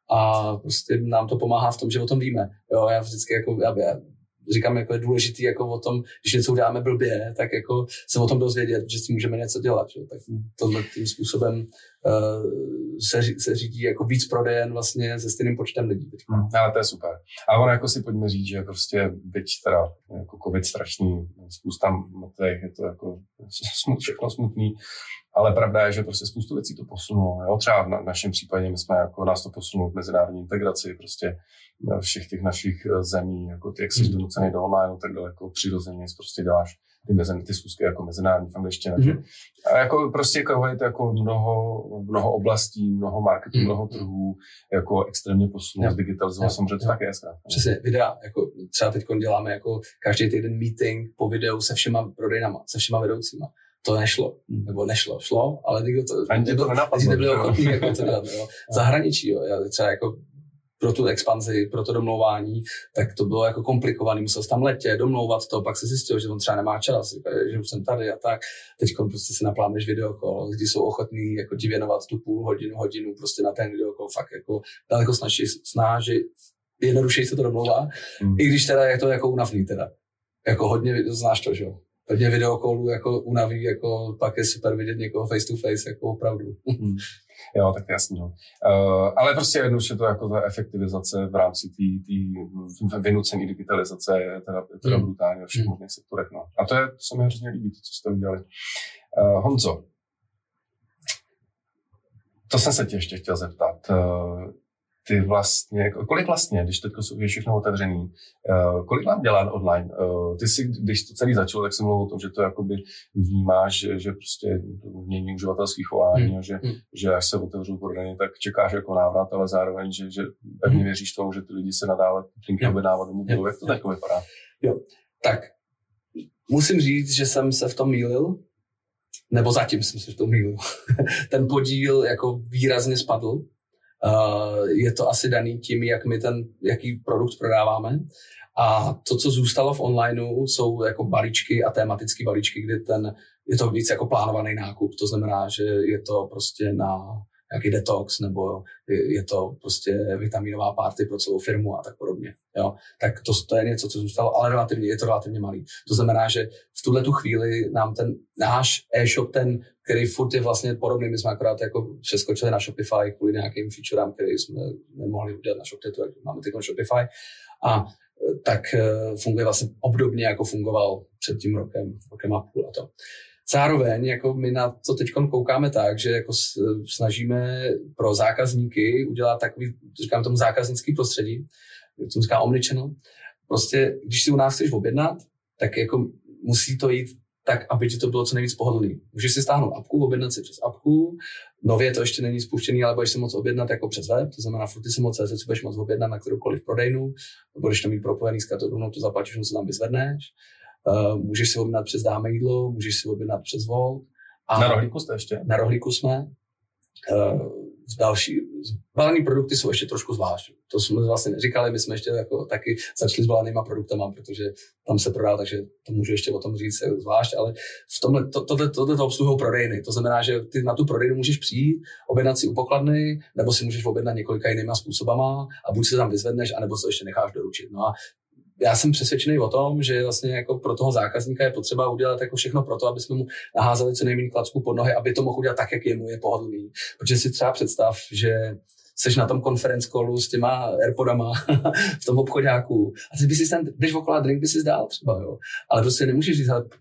[SPEAKER 2] a prostě nám to pomáhá v tom, že o tom víme. Jo, já vždycky jako, já, já říkám, jako je důležitý jako o tom, když něco uděláme blbě, tak jako se o tom dozvědět, že s tím můžeme něco dělat. Že? Tak tohle tím způsobem uh, se, se řídí jako víc prodejen vlastně se stejným počtem lidí.
[SPEAKER 1] Hmm, ale to je super. A ono jako si pojďme říct, že prostě byť teda jako covid strašný, spousta mrtvých, je to jako smut, všechno smutný, ale pravda je, že prostě spoustu věcí to posunulo. Jo? Třeba v na, našem případě my jsme jako nás to posunulo k mezinárodní integraci, prostě všech těch našich zemí, jako ty, jak jsi donucený do online, tak daleko přirozeně prostě děláš ty, mezi, ty zkusky jako mezinárodní v angličtině. Mm-hmm. A jako prostě je to jako mnoho, mnoho oblastí, mnoho marketů, mm-hmm. mnoho trhů, jako extrémně posunul, digitalizovat, samozřejmě to také je zkrátka.
[SPEAKER 2] Přesně, videa, jako třeba teď děláme jako každý týden meeting po videu se všema prodejnama, se všema vedoucíma. To nešlo, nebo nešlo, šlo, ale nikdo to,
[SPEAKER 1] ani nebyl, to nenapadlo,
[SPEAKER 2] nebyli ochotní jako to dělat. Jo. Zahraničí, jo, já třeba jako pro tu expanzi, pro to domlouvání, tak to bylo jako komplikovaný, musel tam letět, domlouvat to, pak se zjistil, že on třeba nemá čas, že už jsem tady a tak. Teď prostě si naplánuješ videokol, kdy jsou ochotní jako ti věnovat tu půl hodinu, hodinu prostě na ten videokol, fakt jako daleko snaží, snaží jednodušeji se to domlouvá, hmm. i když teda je to jako unavný teda. Jako hodně, znáš to, že jo? Hodně videokolů jako unaví, jako pak je super vidět někoho face to face, jako opravdu.
[SPEAKER 1] Hmm. Jo, tak jasný. No. Uh, ale prostě jednoduše to jako ta efektivizace v rámci té vynucené digitalizace je teda, je teda hmm. brutální ve všech hmm. možných sektorech. No. A to, je, to se mi hrozně líbí, to, co jste udělali. Uh, Honzo, to jsem se tě ještě chtěl zeptat. Uh, Ty vlastně, kolik vlastně, když teď je všechno otevřený, uh, kolik vám dělá online? Uh, ty si, když to celý začalo, tak jsem mluvil o tom, že to jakoby vnímáš, že, že prostě mění uživatelský chování hmm. a že, hmm. že až se otevřou prodejny, tak čekáš jako návrat, ale zároveň, že, že pevně věříš tomu, že ty lidi se nadále drinky objednávat domů budou. Jak to tak vypadá?
[SPEAKER 2] Jo, tak musím říct, že jsem se v tom mýlil, nebo zatím jsem se v tom mýlil. Ten podíl jako výrazně spadl. Uh, je to asi daný tím, jak my ten, jaký produkt prodáváme. A to, co zůstalo v onlineu, jsou jako balíčky a tematické balíčky, kde ten, je to víc jako plánovaný nákup. To znamená, že je to prostě na nějaký detox, nebo je, je to prostě vitaminová party pro celou firmu a tak podobně. Jo? Tak to, to je něco, co zůstalo, ale relativně, je to relativně malý. To znamená, že v tuhletu chvíli nám ten náš e-shop, ten, který furt je vlastně podobný, my jsme akorát jako přeskočili na Shopify kvůli nějakým featurám, které jsme nemohli udělat na Shopify, máme teď Shopify. A tak funguje vlastně obdobně, jako fungoval před tím rokem, rokem a půl a to. Zároveň jako my na to teď koukáme tak, že jako snažíme pro zákazníky udělat takový, říkám tomu zákaznický prostředí, to říká omnichannel. Prostě, když si u nás chceš objednat, tak jako musí to jít tak, aby ti to bylo co nejvíc pohodlný. Můžeš si stáhnout apku, objednat si přes apku, nově to ještě není spuštěný, ale budeš si moc objednat jako přes web, to znamená frutisimo tečka cé zet si budeš moc objednat na kteroukoliv prodejnu, budeš to mít propojený s kartou, to zaplatíš, no se tam vyzvedneš. Uh, můžeš si objednat přes Dáme jídlo, můžeš si objednat přes Volt.
[SPEAKER 1] A na rohlíku jste ještě?
[SPEAKER 2] Na rohlíku jsme. Uh, další, balený produkty jsou ještě trošku zvlášť. To jsme vlastně neříkali, my jsme ještě jako taky začali s balenýma produktama, protože tam se prodá, takže to můžu ještě o tom říct zvlášť, ale v tomhle, to, tohle, tohle to obsluhují prodejny. To znamená, že ty na tu prodejnu můžeš přijít, objednat si u pokladny, nebo si můžeš objednat několika jinýma způsobama a buď se tam vyzvedneš, anebo se ještě necháš doručit. No a já jsem přesvědčený o tom, že vlastně jako pro toho zákazníka je potřeba udělat jako všechno pro to, aby jsme mu naházeli co nejméně klacků pod nohy, aby to mohl udělat tak, jak jemu je pohodlný. Protože si třeba představ, že seš na tom conference callu s těma AirPodama v tom obchodáku a ty by si tam, jdeš okolo drink by si zdál třeba, jo. Ale prostě nemůžeš říct, ale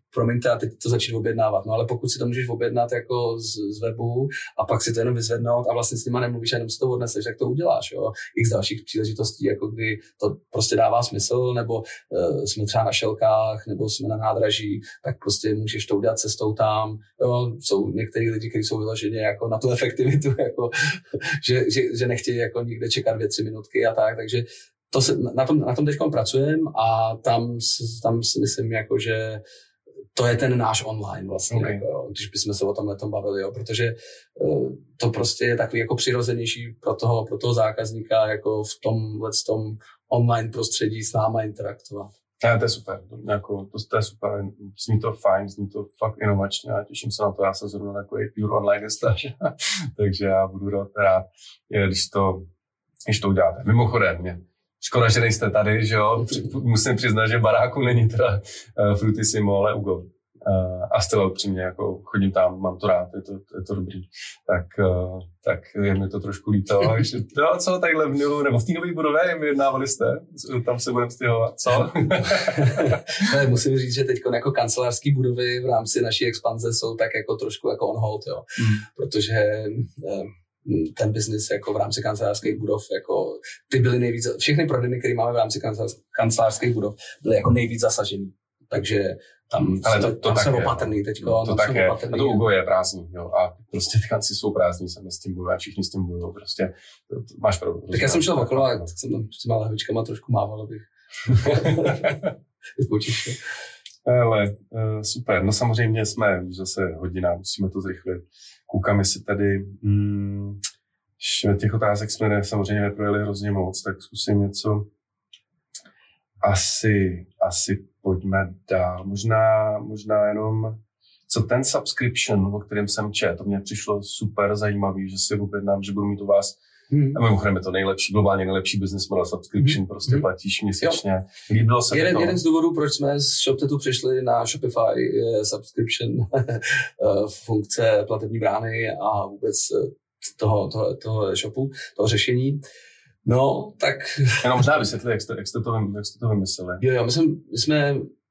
[SPEAKER 2] promiňte, a teď to začít objednávat. No ale pokud si to můžeš objednat jako z, z webu a pak si to jenom vyzvednout a vlastně s nima nemluvíš, jenom si to odneseš, tak to uděláš. Jo? X dalších příležitostí, jako kdy to prostě dává smysl, nebo uh, jsme třeba na šelkách, nebo jsme na nádraží, tak prostě můžeš to udělat cestou tam. Jo? Jsou některý lidi, kteří jsou vyloženě jako na tu efektivitu, jako, že, že, že nechtějí jako nikde čekat dvě, tři minutky a tak, takže to se, na tom, na tom teďkom pracujeme a tam, tam si myslím, jako, že to je ten náš online vlastně, okay. jako, když bychom se o tomhle tom bavili, jo, protože uh, to prostě je takový jako přirozenější pro toho, pro toho zákazníka jako v tomhle tom online prostředí s náma interaktovat.
[SPEAKER 1] Ne, to je super, to, jako, to, to je super, zní to fajn, zní to fakt inovačně a těším se na to, já jsem zrovna takový pure online staž, takže já budu rád, když to, když to uděláte. Mimochodem, mě škoda, že nejste tady, že jo, musím přiznat, že baráku není teda uh, Frutissimo, ale Ugo. Uh, a zcela upřímně, jako chodím tam, mám to rád, je to, je to dobrý. Tak, uh, tak je mi to trošku líto. Že, no, co, takhle v Nilu, nebo v té nové budově vyjednávali jste? Tam se budeme stěhovat, co?
[SPEAKER 2] Ne, musím říct, že teď jako kancelářské budovy v rámci naší expanze jsou tak jako trošku jako on hold, jo. Hmm. Protože uh, ten biznis jako v rámci kancelářských budov, jako ty byly nejvíc, všechny prodejny, které máme v rámci kancelářských budov, byly jako nejvíc zasažený. Takže tam,
[SPEAKER 1] ale to,
[SPEAKER 2] to,
[SPEAKER 1] to
[SPEAKER 2] tam
[SPEAKER 1] tak
[SPEAKER 2] jsem
[SPEAKER 1] je,
[SPEAKER 2] opatrný teďko.
[SPEAKER 1] To tak je. A to Ugo je prázdný, jo. A prostě ty kanci jsou prázdný, jsem s tím bojují a všichni s tím bojují. Prostě to, to máš pravdu.
[SPEAKER 2] Tak já jsem šel okolo a tak jsem tam s těma lahvičkama trošku mával, abych vypočíšel.
[SPEAKER 1] Ale uh, super. No samozřejmě jsme už zase hodina, musíme to zrychlit. Koukám, jestli tady hmm, těch otázek jsme ne, samozřejmě neprojeli hrozně moc, tak zkusím něco. Asi, asi pojďme dál. Možná, možná jenom, co ten subscription, o kterém jsem četl, to mě přišlo super zajímavý, že si objednám, že budu mít u vás, hmm. a mimochodem je to nejlepší, globálně nejlepší business model subscription, hmm. prostě hmm. platíš měsíčně. Líbilo se
[SPEAKER 2] jeden,
[SPEAKER 1] to.
[SPEAKER 2] Jeden z důvodů, proč jsme z ShopTetu přišli na Shopify, je subscription, funkce platební brány a vůbec toho, toho, toho shopu, toho řešení. No, tak...
[SPEAKER 1] Jenom možná vysvětli, jak jste, jak jste, to, jak jste to vymysleli.
[SPEAKER 2] Jo, jo, my jsme, my jsme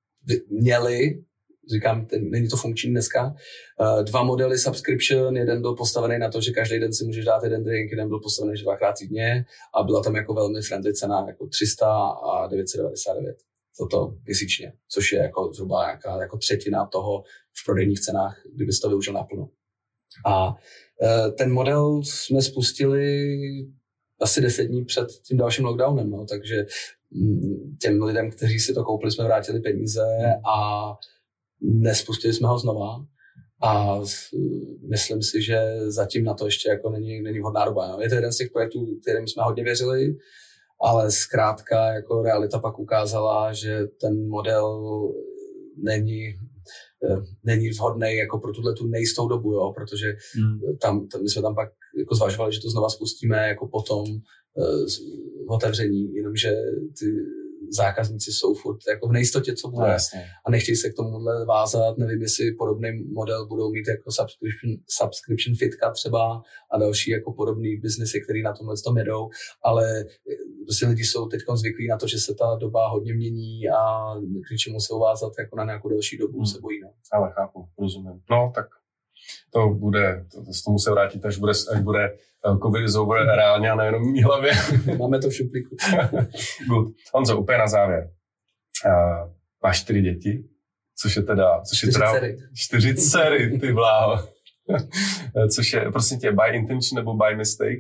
[SPEAKER 2] měli, říkám, ten, není to funkční dneska, uh, dva modely subscription, jeden byl postavený na to, že každý den si můžeš dát jeden drink, jeden byl postavený dvakrát týdně a byla tam jako velmi friendly cena, jako tři sta a devět set devadesát devět. Toto měsíčně, což je jako zhruba nějaká, jako třetina toho v prodejních cenách, kdyby to využil naplno. A uh, ten model jsme spustili asi deset dní před tím dalším lockdownem, no, takže těm lidem, kteří si to koupili, jsme vrátili peníze a nespustili jsme ho znova a myslím si, že zatím na to ještě jako není, není vhodná doba. No. Je to jeden z těch projektů, kterým jsme hodně věřili, ale zkrátka jako realita pak ukázala, že ten model není není vhodný jako pro tuhle tu nejistou dobu, jo, protože hmm. tam, tam, my jsme tam pak jako zvažovali, že to znova spustíme jako potom uh, otevření, jenomže ty zákazníci jsou furt jako v nejistotě, co bude. No, a nechtějí se k tomuhle vázat, nevím, jestli podobný model budou mít jako subscription, subscription fitka třeba a další jako podobný biznesy, který na tomhle tom jedou, ale prostě lidi jsou teď zvyklí na to, že se ta doba hodně mění a k něčemu se uvázat jako na nějakou další dobu hmm. se bojí. No.
[SPEAKER 1] Ale chápu, rozumím. No tak to bude, to, to s tomu se vrátit, až bude, až bude uh, COVID is over reálně a nejenom v mý hlavě.
[SPEAKER 2] Máme to v šuplíku.
[SPEAKER 1] Good. Honzo, úplně na závěr. Uh, máš čtyři děti, což je teda... Což je
[SPEAKER 2] čtyři
[SPEAKER 1] teda,
[SPEAKER 2] dcery.
[SPEAKER 1] Čtyři dcery, ty bláho. Což je, prosím tě, by intention nebo by mistake?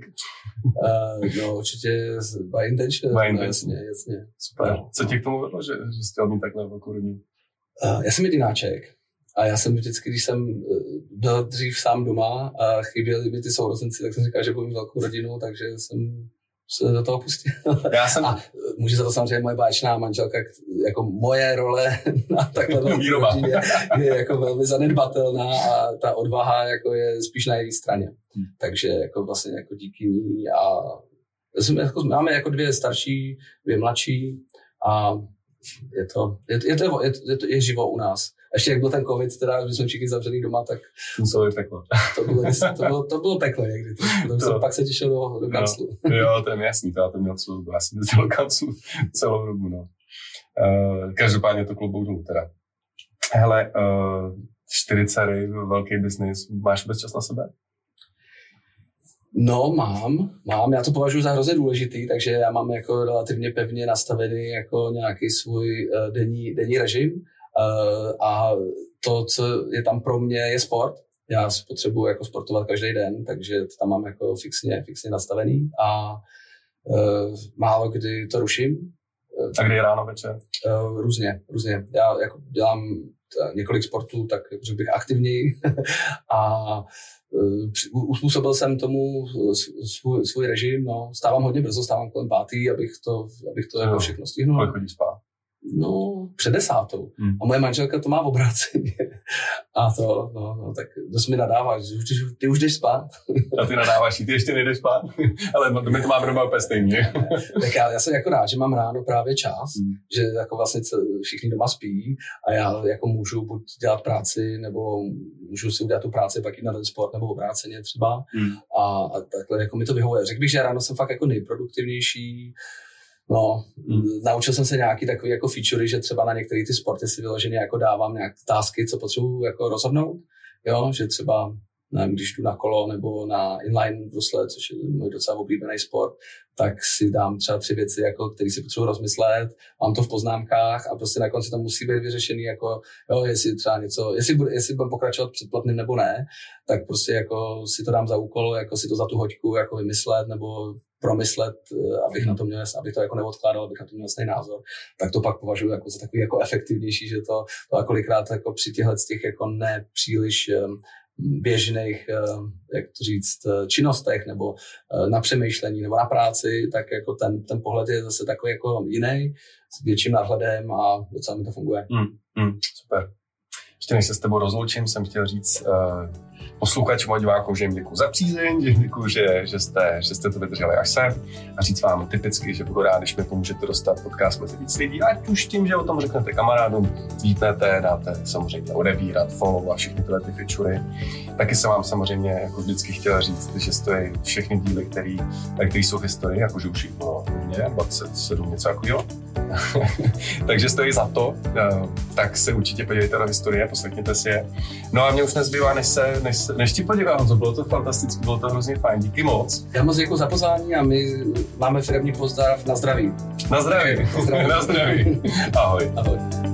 [SPEAKER 2] Uh, no, určitě by intention.
[SPEAKER 1] By
[SPEAKER 2] no,
[SPEAKER 1] intention.
[SPEAKER 2] Jasně, jasně.
[SPEAKER 1] Super. No. Co tě k tomu vedlo, že, že jsi chtěl mít takhle velkou rodinu?
[SPEAKER 2] Uh, já jsem jedináček. A já jsem vždycky, když jsem byl dřív sám doma a chyběli mi ty sourozenci, tak jsem říkal, že budu mít velkou rodinu, takže jsem se do toho pustil.
[SPEAKER 1] Já jsem...
[SPEAKER 2] A může za to samozřejmě moje báječná manželka, jako moje role na takhle velké rodině je jako velmi zanedbatelná a ta odvaha jako je spíš na její straně. Hmm. Takže jako vlastně jako díky ní a jsme, jako, máme jako dvě starší, dvě mladší a je to, je, je, to, je, to, je, to, je živo u nás. Ještě jak byl ten covid, teda, když jsme všichni zavřeli doma, tak
[SPEAKER 1] to bylo peklo.
[SPEAKER 2] To bylo, to bylo, to bylo peklo někdy. To, to jsem pak se těšil do, do kanclu.
[SPEAKER 1] No, jo, to je jasný, to já to měl celou dobu. Já jsem jezdil do kanclu celou dobu, no. Uh, každopádně to klobouk dolů teda. Hele, uh, čtyři dcery, velký biznis, máš vůbec čas na sebe?
[SPEAKER 2] No, mám, mám, já to považuji za hrozně důležitý, takže já mám jako relativně pevně nastavený jako nějaký svůj uh, denní, denní režim uh, a to, co je tam pro mě, je sport. Já potřebuji jako sportovat každý den, takže to tam mám jako fixně, fixně nastavený a uh, málo kdy to ruším.
[SPEAKER 1] A kdy je ráno, večer?
[SPEAKER 2] Uh, různě, různě. Já jako dělám několik sportů, tak řekl bych aktivněji a uh, uspůsobil jsem tomu svůj, svůj režim. No. Stávám hodně brzo, stávám kolem pátý, abych to, abych to no. jako všechno stihnul.
[SPEAKER 1] Kolik chodíš spát?
[SPEAKER 2] No, před desátou. Hmm. A moje manželka to má v obráceně. A to, no, no, tak dost mi nadáváš, ty, ty už jdeš spát.
[SPEAKER 1] A ty nadáváš, ty ještě nejdeš spát? Ale my to máme doma úplně stejně.
[SPEAKER 2] Tak já, já jsem jako rád, že mám ráno právě čas, hmm. že jako vlastně všichni doma spí a já jako můžu buď dělat práci, nebo můžu si udělat tu práci, pak jít na ten sport, nebo obráceně třeba. Hmm. A, a takhle jako mi to vyhovuje. Řekl bych, že ráno jsem fakt jako nejproduktivnější. No, mm. naučil jsem se nějaký takový jako featurey, že třeba na některé ty sporty si vyloženě jako dávám nějaké tásky, co potřebuji jako rozhodnout, jo, že třeba, nevím, když jdu na kolo nebo na inline brusle, což je můj docela oblíbený sport, tak si dám třeba tři věci, jako, které si potřebuji rozmyslet, mám to v poznámkách a prostě na konci to musí být vyřešený, jako, jo, jestli třeba něco, jestli budu, jestli budu pokračovat předplatným nebo ne, tak prostě jako si to dám za úkol, jako si to za tu hoďku jako vymyslet nebo promyslet, abych hmm. na to měl, abych to jako neodkládal, abych na to měl jasný názor, tak to pak považuji jako za takový jako efektivnější, že to, to kolikrát jako při těchto těch jako nepříliš běžných, jak to říct, činnostech nebo na přemýšlení nebo na práci, tak jako ten, ten pohled je zase takový jako jiný, s větším náhledem a docela mi to funguje.
[SPEAKER 1] Hmm. Hmm. Super. Ještě než se s tebou rozloučím, jsem chtěl říct uh, posluchačům a divákům, že jim děkuju za přízeň, že jim děkuju, že, že, jste, že jste to vydrželi až sem a říct vám typicky, že budu rád, když mi pomůžete dostat podcast mezi víc lidí, ať už tím, že o tom řeknete kamarádům, vítnete, dáte samozřejmě odebírat, follow a všechny tyhle ty featurey. Taky jsem vám samozřejmě jako vždycky chtěl říct, že stojí všechny díly, který, který jsou v historii, jakože už jich bylo hodně, dvacet sedm něco takového. Takže stojí za to, tak se určitě podívejte na historie, poslechněte si je. No a mě už nezbývá, než, se, než, než ti poděkovat, Honzo, bylo to fantastické, bylo to hrozně fajn, díky moc.
[SPEAKER 2] Já moc děkuji za pozvání a my máme firemní pozdrav na zdraví.
[SPEAKER 1] Na zdraví, na zdraví. Na zdraví. Ahoj.
[SPEAKER 2] Ahoj.